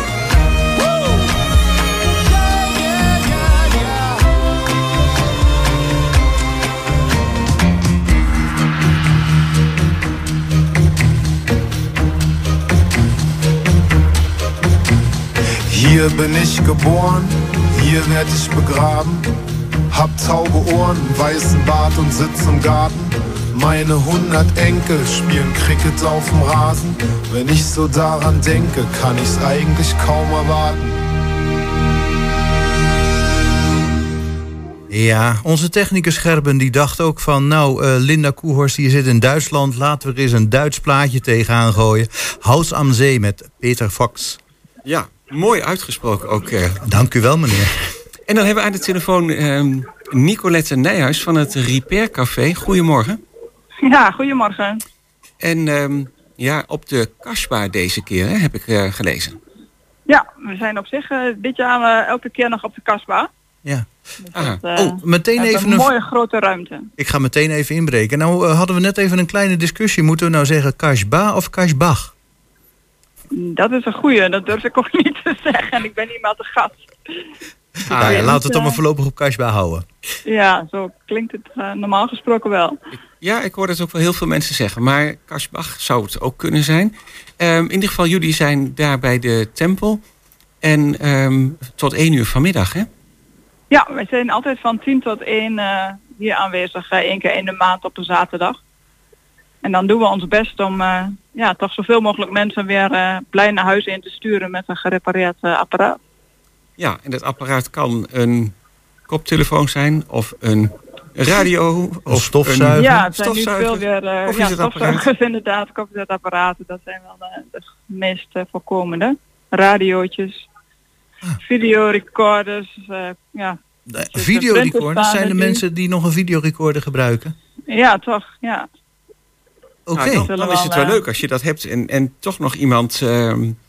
Hier bin ich geboren, hier werd ich begraben. Hab taube Ohren, weißen Bart und sitz im Garten. Meine hundert Enkel spielen Cricket auf dem Rasen. Wenn ich so daran denke, kann ich's eigentlich kaum erwarten. Ja, onze technicus Gerben die dacht ook van... nou, uh, Linda Koehorst die zit in Duitsland... laten we er eens een Duits plaatje tegenaan gooien. Haus am Zee met Peter Fox. Ja, mooi uitgesproken ook. Uh. Dank u wel, meneer. En dan hebben we aan de telefoon uh, Nicolette Nijhuis van het Repair Café. Goedemorgen. Ja, goedemorgen. En um, ja, op de Kasbah deze keer, hè, heb ik uh, gelezen. Ja, we zijn op zich uh, dit jaar uh, elke keer nog op de Kasbah. Ja. Dus ah. dat, uh, oh, meteen even een een mooie grote ruimte. Ik ga meteen even inbreken. Nou uh, hadden we net even een kleine discussie. Moeten we nou zeggen Kasbah of Kasbah? Dat is een goeie, dat durf ik ook niet te zeggen. Ik ben niet meer te gast. Ah, ah, ja, laten we het dan maar voorlopig op Kasbah houden. Ja, zo klinkt het uh, normaal gesproken wel. Ja, ik hoor dat ook wel heel veel mensen zeggen. Maar Kasbah zou het ook kunnen zijn. Um, in ieder geval, jullie zijn daar bij de tempel. En um, tot één uur vanmiddag, hè? Ja, wij zijn altijd van tien tot één uh, hier aanwezig. Uh, één keer in de maand op een zaterdag. En dan doen we ons best om uh, ja, toch zoveel mogelijk mensen weer uh, blij naar huis in te sturen met een gerepareerd uh, apparaat. Ja, en dat apparaat kan een koptelefoon zijn of een radio of stofzuiger. Een ja, het zijn nu stofzuiger. veel weer uh, ja, stofzuigers inderdaad, koffiezetapparaten. Dat zijn wel de, de meest uh, voorkomende. Radiootjes, ah. videorecorders. Uh, ja. De videorecorders zijn de mensen die nog een videorecorder gebruiken? Ja, toch, ja. Oké, okay. Nou, dan, dan is het wel leuk als je dat hebt en, en toch nog iemand uh,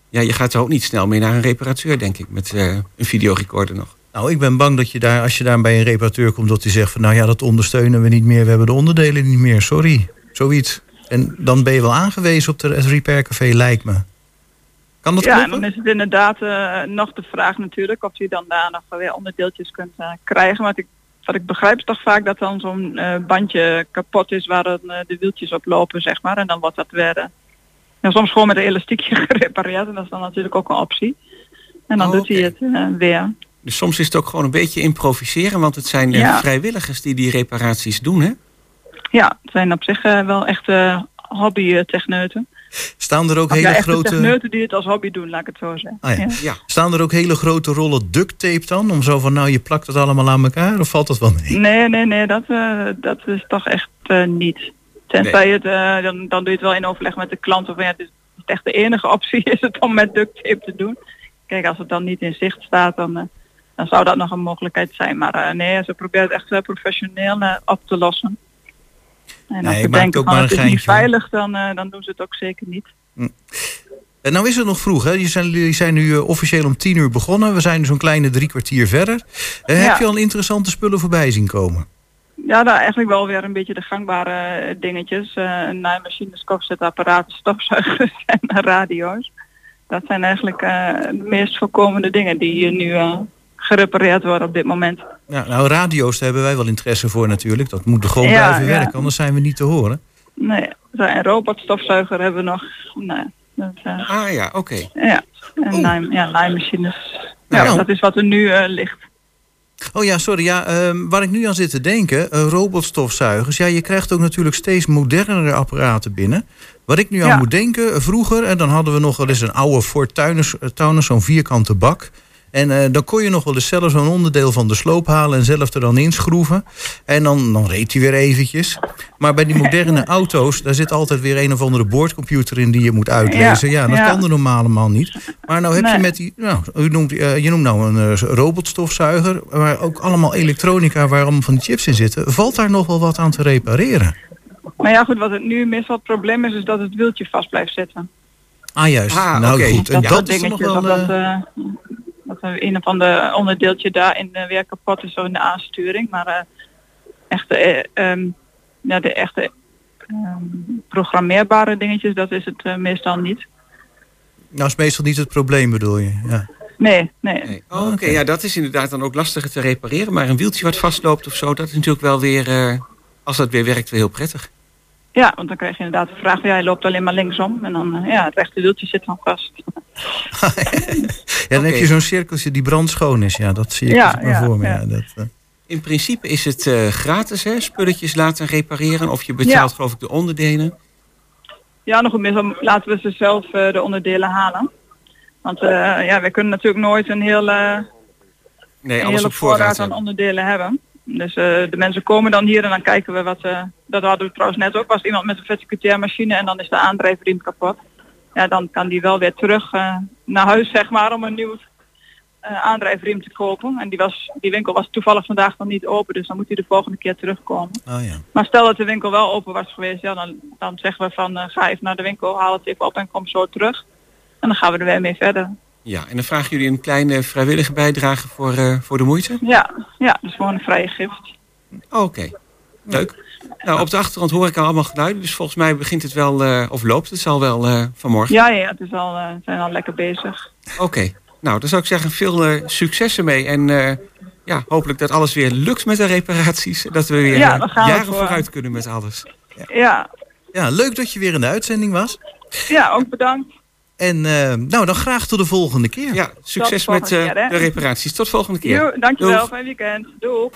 ja, je gaat er ook niet snel mee naar een reparateur, denk ik, met uh, een videorecorder nog. Nou, ik ben bang dat je daar, als je daar bij een reparateur komt, dat hij zegt van, nou ja, dat ondersteunen we niet meer, we hebben de onderdelen niet meer, sorry, zoiets. En dan ben je wel aangewezen op de, het repaircafé, lijkt me. Kan dat ja, kloppen? en dan is het inderdaad uh, nog de vraag natuurlijk of je dan daar nog weer onderdeeltjes kunt uh, krijgen. Want ik, wat ik begrijp is toch vaak dat dan zo'n uh, bandje kapot is waar dan, uh, de wieltjes op lopen, zeg maar. En dan wordt dat weer uh, ja, soms gewoon met een elastiekje gerepareerd. En dat is dan natuurlijk ook een optie. En dan oh, doet okay. hij het uh, weer. Dus soms is het ook gewoon een beetje improviseren, want het zijn uh, ja. vrijwilligers die die reparaties doen, hè? Ja, het zijn op zich uh, wel echte hobby-techneuten. Staan er ook of hele ja, echte grote... techneuten die het als hobby doen, laat ik het zo zeggen. Ah, ja. Ja. Ja. Staan er ook hele grote rollen duct tape dan? Om zo van, nou, je plakt het allemaal aan elkaar? Of valt dat wel mee? Nee, nee, nee, dat, uh, dat is toch echt uh, niet. Tenzij nee. het, uh, dan, dan doe je het wel in overleg met de klant. Of ja, het is echt de enige optie is het om met duct tape te doen. Kijk, als het dan niet in zicht staat, dan, uh, dan zou dat nog een mogelijkheid zijn. Maar uh, nee, ze proberen het echt uh, professioneel uh, op te lossen. En als nee, ze denken van het is geintje, niet veilig, dan, uh, dan doen ze het ook zeker niet. Hm. En nou is het nog vroeg, hè? Jullie zijn, jullie zijn nu uh, officieel om tien uur begonnen. We zijn zo'n kleine drie kwartier verder. Uh, ja. Heb je al interessante spullen voorbij zien komen? Ja, daar eigenlijk wel weer een beetje de gangbare dingetjes. Uh, naaimachines, koffiezetapparaten, stofzuigers en radio's. Dat zijn eigenlijk uh, de meest voorkomende dingen die hier nu uh, gerepareerd worden op dit moment. Ja, nou, radio's, daar hebben wij wel interesse voor natuurlijk. Dat moet gewoon ja, blijven ja. werken, anders zijn we niet te horen. Nee, een robotstofzuiger hebben we nog. Nee, dat, uh, ah ja, oké. Okay. Ja, en oh. naai, ja, naaimachines. Nou, ja, dat is wat er nu uh, ligt. Oh ja, sorry. Ja, uh, waar ik nu aan zit te denken, uh, robotstofzuigers. Ja, je krijgt ook natuurlijk steeds modernere apparaten binnen. Wat ik nu aan ja. moet denken, vroeger, en dan hadden we nog wel eens een oude Ford Taunus, Taunus zo'n vierkante bak. En uh, dan kon je nog wel eens zelf zo'n onderdeel van de sloop halen en zelf er dan inschroeven. En dan, dan reed hij weer eventjes. Maar bij die moderne auto's, daar zit altijd weer een of andere boordcomputer in die je moet uitlezen. Ja, ja dat ja. kan de normale man niet. Maar nou heb nee. je met die, nou, u noemt, uh, je noemt nou een uh, robotstofzuiger, maar ook allemaal elektronica waar allemaal van die chips in zitten. Valt daar nog wel wat aan te repareren? Maar ja goed, wat het nu meestal het probleem is, is dat het wieltje vast blijft zitten. Ah juist, ah, nou okay. goed. En dat, dat is nog wel... Dat, uh, dat een of ander onderdeeltje daarin uh, weer kapot is, zo in de aansturing. Maar uh, echte, uh, um, ja, de echte um, programmeerbare dingetjes, dat is het uh, meestal niet. Nou is meestal niet het probleem, bedoel je? Ja. Nee, nee. nee. Oh, Oké, okay. Ja, dat is inderdaad dan ook lastiger te repareren. Maar een wieltje wat vastloopt of zo, dat is natuurlijk wel weer, uh, als dat weer werkt, weer heel prettig. Ja, want dan krijg je inderdaad de vraag, ja, hij loopt alleen maar linksom. En dan, uh, ja, het rechte wieltje zit dan vast. Ja, dan okay. heb je zo'n cirkeltje die brandschoon is. Ja, dat zie ik ja, maar ja, voor me. Ja. Ja, dat, uh... In principe is het uh, gratis, hè? Spulletjes laten repareren. Of je betaalt, ja. geloof ik, de onderdelen. Ja, nog meestal laten we ze zelf uh, de onderdelen halen. Want uh, ja, we kunnen natuurlijk nooit een hele, nee, een alles hele op voorraad voorraad aan hebben. onderdelen hebben. Dus uh, de mensen komen dan hier en dan kijken we wat... Uh, dat hadden we trouwens net ook. Was iemand met een verticulairmachine en dan is de aandrijfriem kapot. Ja, dan kan die wel weer terug uh, naar huis, zeg maar, om een nieuw uh, aandrijfriem te kopen. En die, was, die winkel was toevallig vandaag nog niet open, dus dan moet hij de volgende keer terugkomen. Oh, ja. Maar stel dat de winkel wel open was geweest, ja, dan, dan zeggen we van uh, ga even naar de winkel, haal het even op en kom zo terug. En dan gaan we er weer mee verder. Ja, en dan vragen jullie een kleine vrijwillige bijdrage voor, uh, voor de moeite? Ja, ja, dus gewoon een vrije gift. Oké, okay. Leuk. Nou, op de achtergrond hoor ik al allemaal geluiden, dus volgens mij begint het wel, uh, of loopt het al wel uh, vanmorgen? Ja, ja, het is al, uh, we zijn al lekker bezig. Oké, okay. Nou, dan zou ik zeggen veel uh, succes ermee en uh, ja, hopelijk dat alles weer lukt met de reparaties. Dat we weer ja, uh, jaren voor. vooruit kunnen met alles. Ja. ja. Ja, leuk dat je weer in de uitzending was. Ja, ook bedankt. En uh, nou, dan graag tot de volgende keer. Ja, succes met uh, keer, de reparaties. Tot de volgende keer. Jo, dankjewel, fijn weekend. Doei.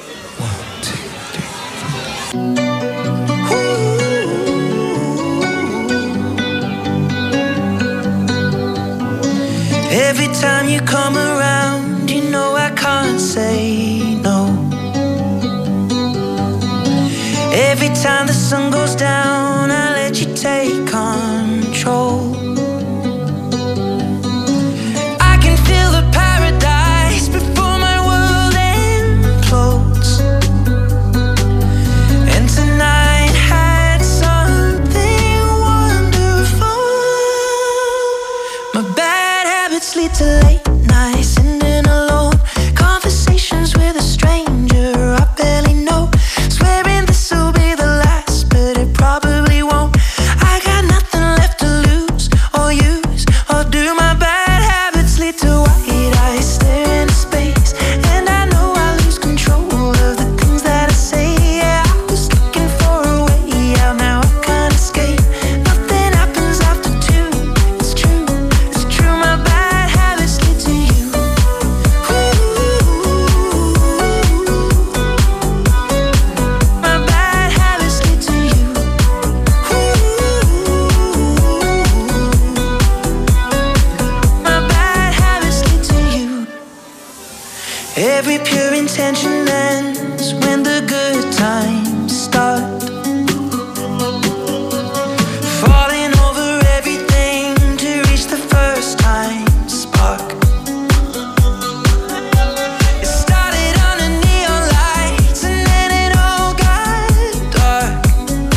Every time you come around, you know I can't say no. Every time the sun goes down, I let you take control. I can feel the paradise before my world implodes. And tonight had something wonderful. My back Every pure intention ends when the good times start. Falling over everything to reach the first time spark. It started under neon lights and then it all got dark.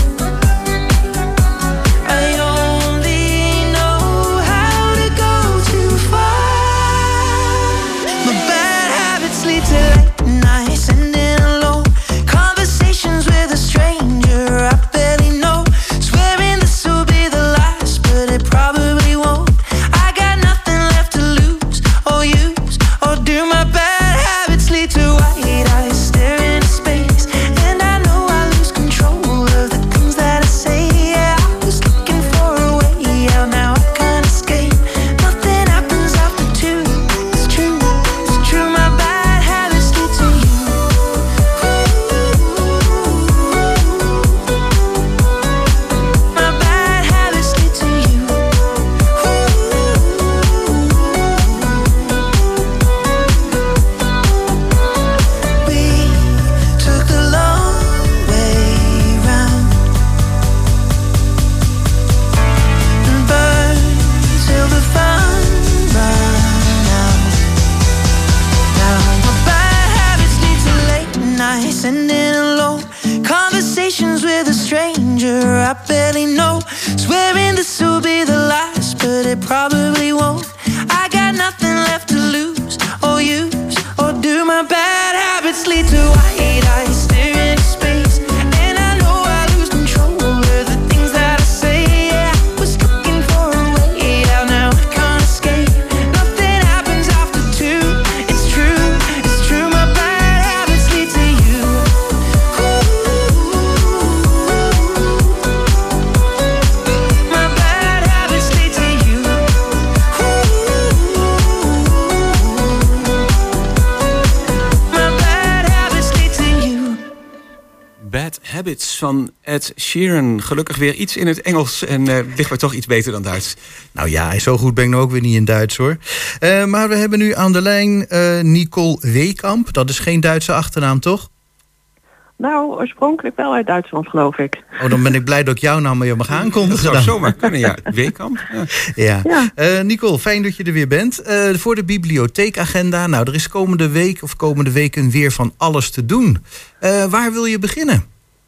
I only know how to go too far. My bad habits lead to late nights and then alone conversations with a stranger I barely know. Swearing this will be the last, but it probably won't. I got nothing left to lose or use or do. My bad habits lead to white eyes stare into space, and I know I lose control of the things that I say. Yeah, I was looking for a way out, now I can't escape. Nothing happens after two. It's true, it's true. My bad habits lead to you. My bad habits lead to you. We took the long way round and burned till the fun ran out. Now my bad habits lead to late nights and then alone conversations with a stranger I barely know. Swearing this will be the last, but it probably won't. I got nothing left to lose or use or do. My bad habits lead to white eyes stare into space, and I know I lose control of the things that I say. Yeah, I was looking for a way out, now I can't escape. Nothing happens after two. It's true, it's true. My bad habits lead to you. My bad habits lead to you. My bad habits lead to you. Bad Habits van Ed Sheeran. Gelukkig weer iets in het Engels en eh ligt maar toch iets beter dan Duits. Nou ja, zo goed ben ik nou ook weer niet in Duits hoor. Uh, maar we hebben nu aan de lijn uh, Nicole Weekamp. Dat is geen Duitse achternaam, toch? Nou, oorspronkelijk wel uit Duitsland, geloof ik. Oh, dan ben ik blij dat ik jou nou maar mag aankondigen. Dat zou dan. zomaar kunnen, ja. Weekamp. Ja. Ja. Ja. Uh, Nicole, fijn dat je er weer bent. Uh, voor de bibliotheekagenda. Nou, er is komende week of komende weken weer van alles te doen. Uh, waar wil je beginnen?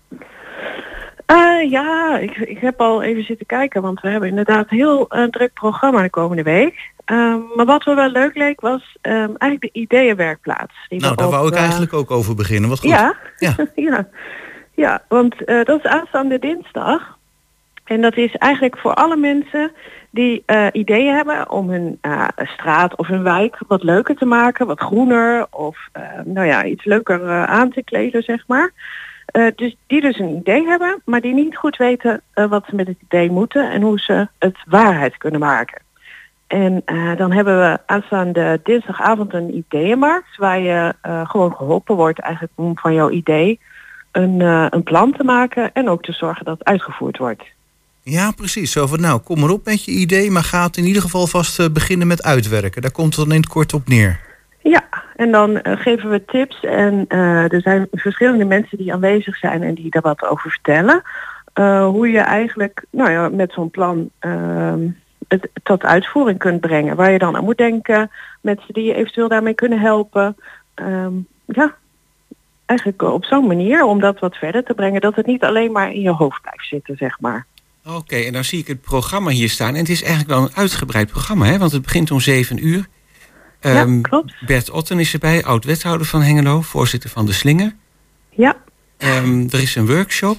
Uh, ja, ik, ik heb al even zitten kijken, want we hebben inderdaad een heel uh, druk programma de komende week. Um, maar wat me wel leuk leek was um, eigenlijk de ideeënwerkplaats. Die Nou, we daar op, wou ik uh, eigenlijk ook over beginnen. Wat goed. Ja, Ja. ja. ja, want uh, dat is aanstaande dinsdag. En dat is eigenlijk voor alle mensen die uh, ideeën hebben om hun uh, straat of hun wijk wat leuker te maken, wat groener of uh, nou ja, iets leuker uh, aan te kleden, zeg maar. Uh, dus die dus een idee hebben, maar die niet goed weten uh, wat ze met het idee moeten en hoe ze het waarheid kunnen maken. En uh, dan hebben we aanstaande dinsdagavond een ideeënmarkt waar je uh, gewoon geholpen wordt eigenlijk om van jouw idee een, uh, een plan te maken en ook te zorgen dat het uitgevoerd wordt. Ja, precies. Zo van, nou, kom maar op met je idee, maar ga het in ieder geval vast uh, beginnen met uitwerken. Daar komt het dan in het kort op neer. Ja, en dan uh, geven we tips en uh, er zijn verschillende mensen die aanwezig zijn en die daar wat over vertellen. Uh, hoe je eigenlijk nou ja, met zo'n plan uh, het tot uitvoering kunt brengen. Waar je dan aan moet denken, mensen die je eventueel daarmee kunnen helpen. Um, ja, eigenlijk op zo'n manier om dat wat verder te brengen. Dat het niet alleen maar in je hoofd blijft zitten, zeg maar. Oké, okay, en dan zie ik het programma hier staan. En het is eigenlijk wel een uitgebreid programma, hè? Want het begint om zeven uur. Um, ja, klopt. Bert Otten is erbij, oud-wethouder van Hengelo, voorzitter van de Slinger. Ja. Um, er is een workshop.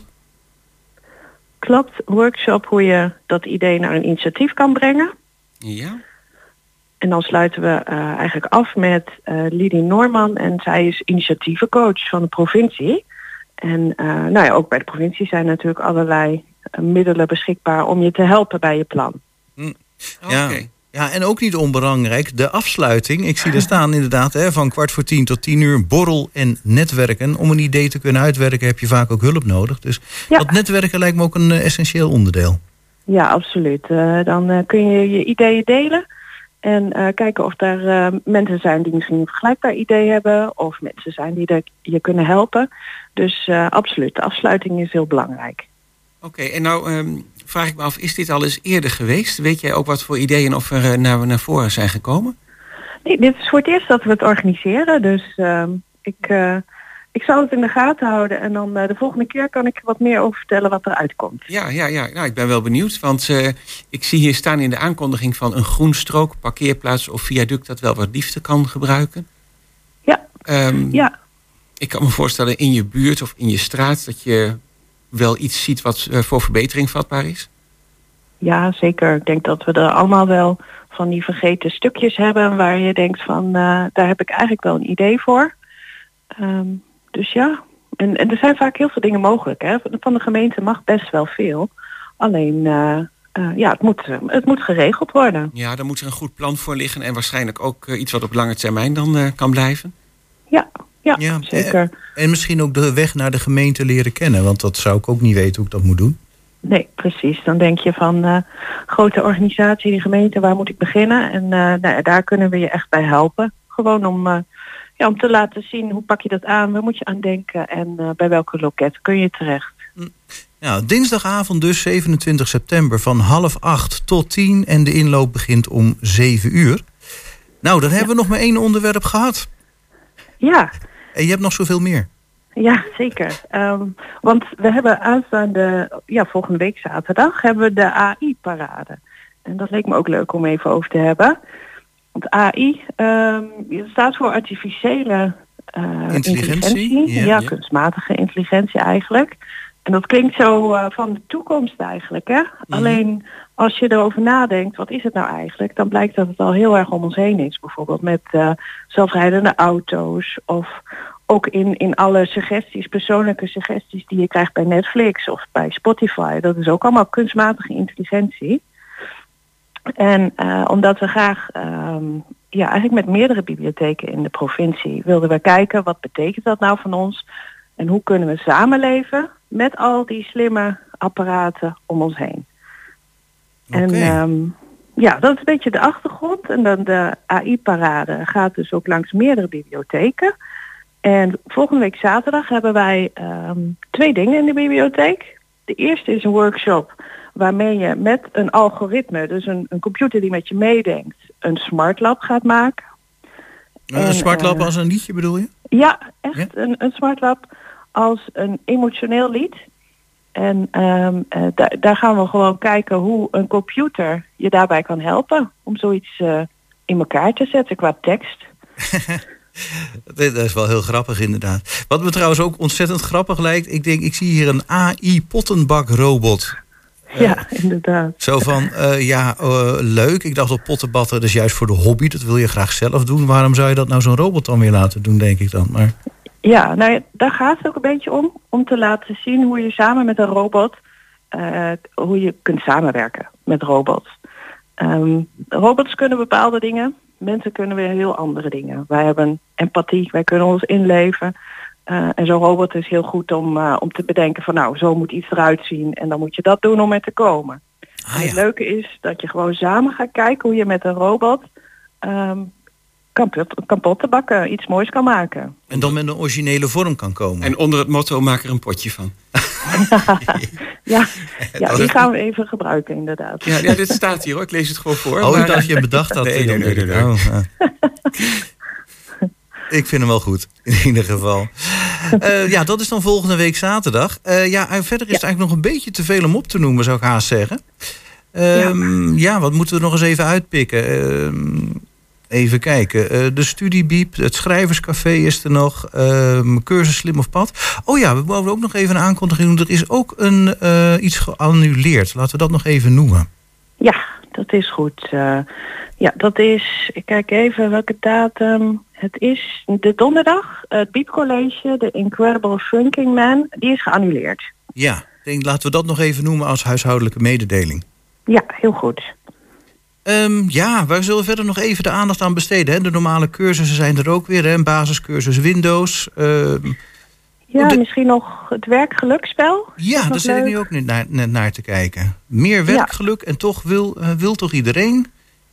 Klopt, een workshop hoe je dat idee naar een initiatief kan brengen. Ja. En dan sluiten we uh, eigenlijk af met uh, Lidie Noorman en zij is initiatievencoach van de provincie. En uh, nou ja, ook bij de provincie zijn natuurlijk allerlei uh, middelen beschikbaar om je te helpen bij je plan. Hm. Ja. Okay. Ja, en ook niet onbelangrijk, de afsluiting. Ik zie er staan inderdaad hè, van kwart voor tien tot tien uur borrel en netwerken. Om een idee te kunnen uitwerken heb je vaak ook hulp nodig. Dus ja. Dat netwerken lijkt me ook een uh, essentieel onderdeel. Ja, absoluut. Uh, dan uh, kun je je ideeën delen. En uh, kijken of er uh, mensen zijn die misschien een vergelijkbaar idee hebben. Of mensen zijn die er, je kunnen helpen. Dus uh, absoluut, de afsluiting is heel belangrijk. Oké, okay, en nou um, vraag ik me af, is dit al eens eerder geweest? Weet jij ook wat voor ideeën of er uh, naar, naar voren zijn gekomen? Nee, dit is voor het eerst dat we het organiseren. Dus uh, ik, uh, ik zal het in de gaten houden. En dan uh, de volgende keer kan ik wat meer over vertellen wat eruit komt. Ja, ja, ja. Nou, ik ben wel benieuwd. Want uh, ik zie hier staan in de aankondiging van een groenstrook, parkeerplaats of viaduct dat wel wat liefde kan gebruiken. Ja, um, ja. Ik kan me voorstellen in je buurt of in je straat dat je wel iets ziet wat uh, voor verbetering vatbaar is. Ja, zeker. Ik denk dat we er allemaal wel van die vergeten stukjes hebben waar je denkt van, uh, daar heb ik eigenlijk wel een idee voor. Um, dus ja, en, en er zijn vaak heel veel dingen mogelijk. Hè. Van de gemeente mag best wel veel. Alleen, uh, uh, ja, het moet, het moet geregeld worden. Ja, daar moet er een goed plan voor liggen en waarschijnlijk ook uh, iets wat op lange termijn dan uh, kan blijven. Ja, ja, ja zeker. En, en misschien ook de weg naar de gemeente leren kennen, want dat zou ik ook niet weten hoe ik dat moet doen. Nee, precies. Dan denk je van uh, grote organisatie, die gemeente, waar moet ik beginnen? En uh, nou, daar kunnen we je echt bij helpen. Gewoon om, uh, ja, om te laten zien hoe pak je dat aan, waar moet je aan denken en uh, bij welke loket kun je terecht. Nou, dinsdagavond dus zevenentwintig september van half acht tot tien en de inloop begint om zeven uur. Nou, dan hebben ja. we nog maar één onderwerp gehad. Ja. En je hebt nog zoveel meer. Ja, zeker. Um, want we hebben aanstaande, ja, volgende week zaterdag, hebben we de A I-parade. En dat leek me ook leuk om even over te hebben. Want A I um, staat voor artificiële uh, intelligentie. intelligentie. Ja, ja, ja, kunstmatige intelligentie eigenlijk. En dat klinkt zo uh, van de toekomst eigenlijk, hè? Mm-hmm. Alleen als je erover nadenkt, wat is het nou eigenlijk? Dan blijkt dat het al heel erg om ons heen is. Bijvoorbeeld met uh, zelfrijdende auto's of ook in, in alle suggesties, persoonlijke suggesties die je krijgt bij Netflix of bij Spotify. Dat is ook allemaal kunstmatige intelligentie. En uh, omdat we graag, um, ja, eigenlijk met meerdere bibliotheken in de provincie wilden we kijken, wat betekent dat nou van ons? En hoe kunnen we samenleven met al die slimme apparaten om ons heen? Okay. En um, ja, dat is een beetje de achtergrond. En dan de A I-parade gaat dus ook langs meerdere bibliotheken. En volgende week zaterdag hebben wij um, twee dingen in de bibliotheek. De eerste is een workshop waarmee je met een algoritme, dus een, een computer die met je meedenkt, een smartlab gaat maken. Een en, smartlab uh, als een liedje bedoel je? Ja, echt ja? Een, een smartlab als een emotioneel lied. En um, uh, da- daar gaan we gewoon kijken hoe een computer je daarbij kan helpen om zoiets uh, in elkaar te zetten qua tekst. Dat is wel heel grappig inderdaad. Wat me trouwens ook ontzettend grappig lijkt, ik denk, ik zie hier een A I-pottenbakrobot. Ja, uh, inderdaad. Zo van, uh, ja, uh, leuk. Ik dacht dat pottenbakken, dat is juist voor de hobby. Dat wil je graag zelf doen. Waarom zou je dat nou zo'n robot dan weer laten doen, denk ik dan? Maar ja, nou ja, daar gaat het ook een beetje om. Om te laten zien hoe je samen met een robot, uh, hoe je kunt samenwerken met robots. Um, robots kunnen bepaalde dingen. Mensen kunnen weer heel andere dingen. Wij hebben empathie, wij kunnen ons inleven. Uh, en zo'n robot is heel goed om, uh, om te bedenken van nou, zo moet iets eruit zien. En dan moet je dat doen om er te komen. Ah, en het ja. leuke is dat je gewoon samen gaat kijken hoe je met een robot um, kapot, kapot te bakken, iets moois kan maken. En dan met een originele vorm kan komen. En onder het motto, maak er een potje van. ja, ja, die gaan we even gebruiken inderdaad. Ja, ja, dit staat hier hoor, ik lees het gewoon voor. Oh, maar... dat je hem bedacht had. Nee, nee, nee, nee, nee. Oh, ja. Ik vind hem wel goed, in ieder geval. Uh, ja, dat is dan volgende week zaterdag. Uh, ja, en verder is ja. het eigenlijk nog een beetje te veel om op te noemen, zou ik haast zeggen. Um, ja. ja, wat moeten we nog eens even uitpikken? Um, even kijken. Uh, de studiebiep, het schrijverscafé is er nog. Uh, cursus Slim of Pad. Oh ja, we wouden ook nog even een aankondiging doen. Er is ook een, uh, iets geannuleerd. Laten we dat nog even noemen. Ja, dat is goed. Uh, ja, dat is, ik kijk even welke datum. Het is de donderdag, het Biepcollege, de Incredible Shrinking Man, die is geannuleerd. Ja, ik denk, laten we dat nog even noemen als huishoudelijke mededeling. Ja, heel goed. Um, ja, waar zullen we verder nog even de aandacht aan besteden? Hè? De normale cursussen zijn er ook weer, hè? Een basiscursus Windows. Um, ja, de... misschien nog het werkgelukspel. Ja, daar zit ik nu ook net naar, net naar te kijken. Meer werkgeluk ja. en toch wil, uh, wil toch iedereen?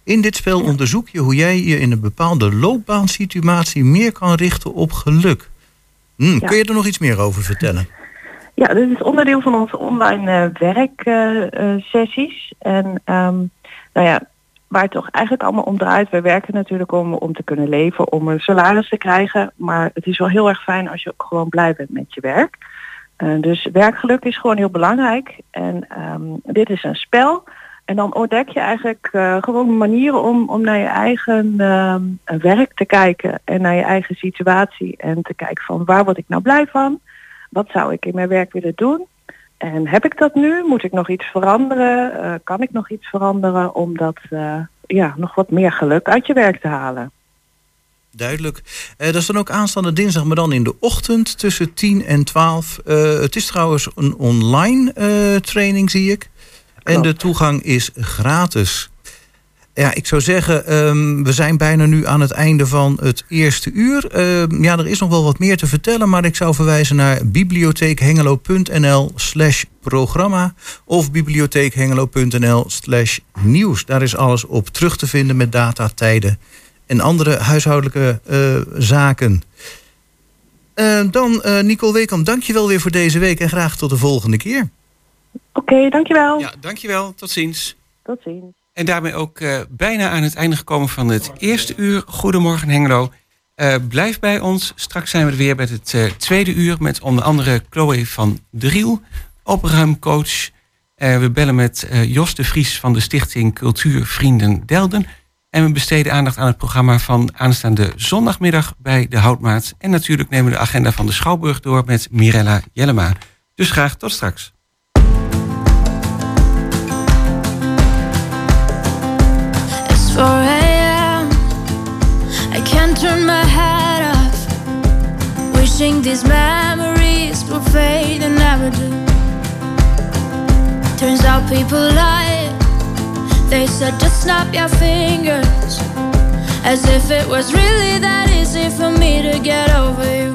In dit spel onderzoek je hoe jij je in een bepaalde loopbaansituatie meer kan richten op geluk. Hm, Ja. Kun je er nog iets meer over vertellen? Ja, dit is onderdeel van onze online werksessies. en ehm, nou ja, waar het toch eigenlijk allemaal om draait. We werken natuurlijk om, om te kunnen leven, om een salaris te krijgen. Maar het is wel heel erg fijn als je ook gewoon blij bent met je werk. Uh, dus werkgeluk is gewoon heel belangrijk. En ehm, dit is een spel. En dan ontdek je eigenlijk uh, gewoon manieren om, om naar je eigen uh, werk te kijken. En naar je eigen situatie. En te kijken van waar word ik nou blij van? Wat zou ik in mijn werk willen doen? En heb ik dat nu? Moet ik nog iets veranderen? Uh, kan ik nog iets veranderen om dat uh, ja, nog wat meer geluk uit je werk te halen? Duidelijk. Uh, dat is dan ook aanstaande dinsdag, maar dan in de ochtend tussen tien en twaalf. Uh, het is trouwens een online uh, training, zie ik. En de toegang is gratis. Ja, ik zou zeggen, um, we zijn bijna nu aan het einde van het eerste uur. Uh, ja, er is nog wel wat meer te vertellen, maar ik zou verwijzen naar bibliotheekhengelo.nl slash programma of bibliotheekhengelo.nl slash nieuws. Daar is alles op terug te vinden met data, tijden en andere huishoudelijke uh, zaken. Uh, dan, uh, Nicole Weekamp, dank je wel weer voor deze week en graag tot de volgende keer. Oké, okay, dankjewel. Ja, dankjewel. Tot ziens. Tot ziens. En daarmee ook uh, bijna aan het einde gekomen van het eerste uur. Goedemorgen Hengelo. Uh, blijf bij ons. Straks zijn we er weer met het uh, tweede uur met onder andere Chloe van Driel, opruimcoach. Uh, we bellen met uh, Jos de Vries van de Stichting Cultuurvrienden Delden. En we besteden aandacht aan het programma van aanstaande zondagmiddag bij de Houtmaat. En natuurlijk nemen we de agenda van de Schouwburg door met Mirella Jellema. Dus graag tot straks. four a.m. I can't turn my head off, wishing these memories will fade and never do. Turns out people lie. They said just snap your fingers, as if it was really that easy for me to get over you.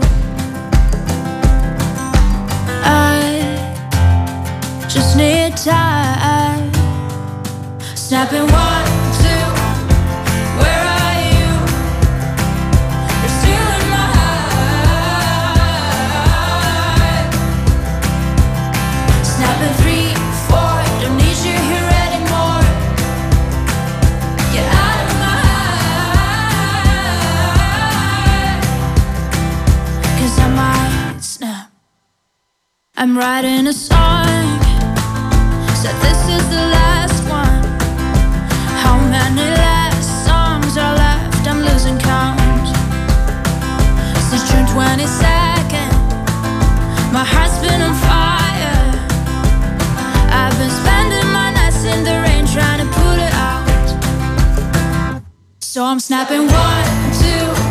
I just need time. Snapping one, two. Where are you? You're still in my heart. Snapping three, four. Don't need you here anymore. Get out of my heart. 'Cause I might snap. I'm writing a song. Said this is the last one. How many last songs are left? I'm losing count. Since June twenty-second, my heart's been on fire. I've been spending my nights in the rain trying to put it out. So I'm snapping one, two.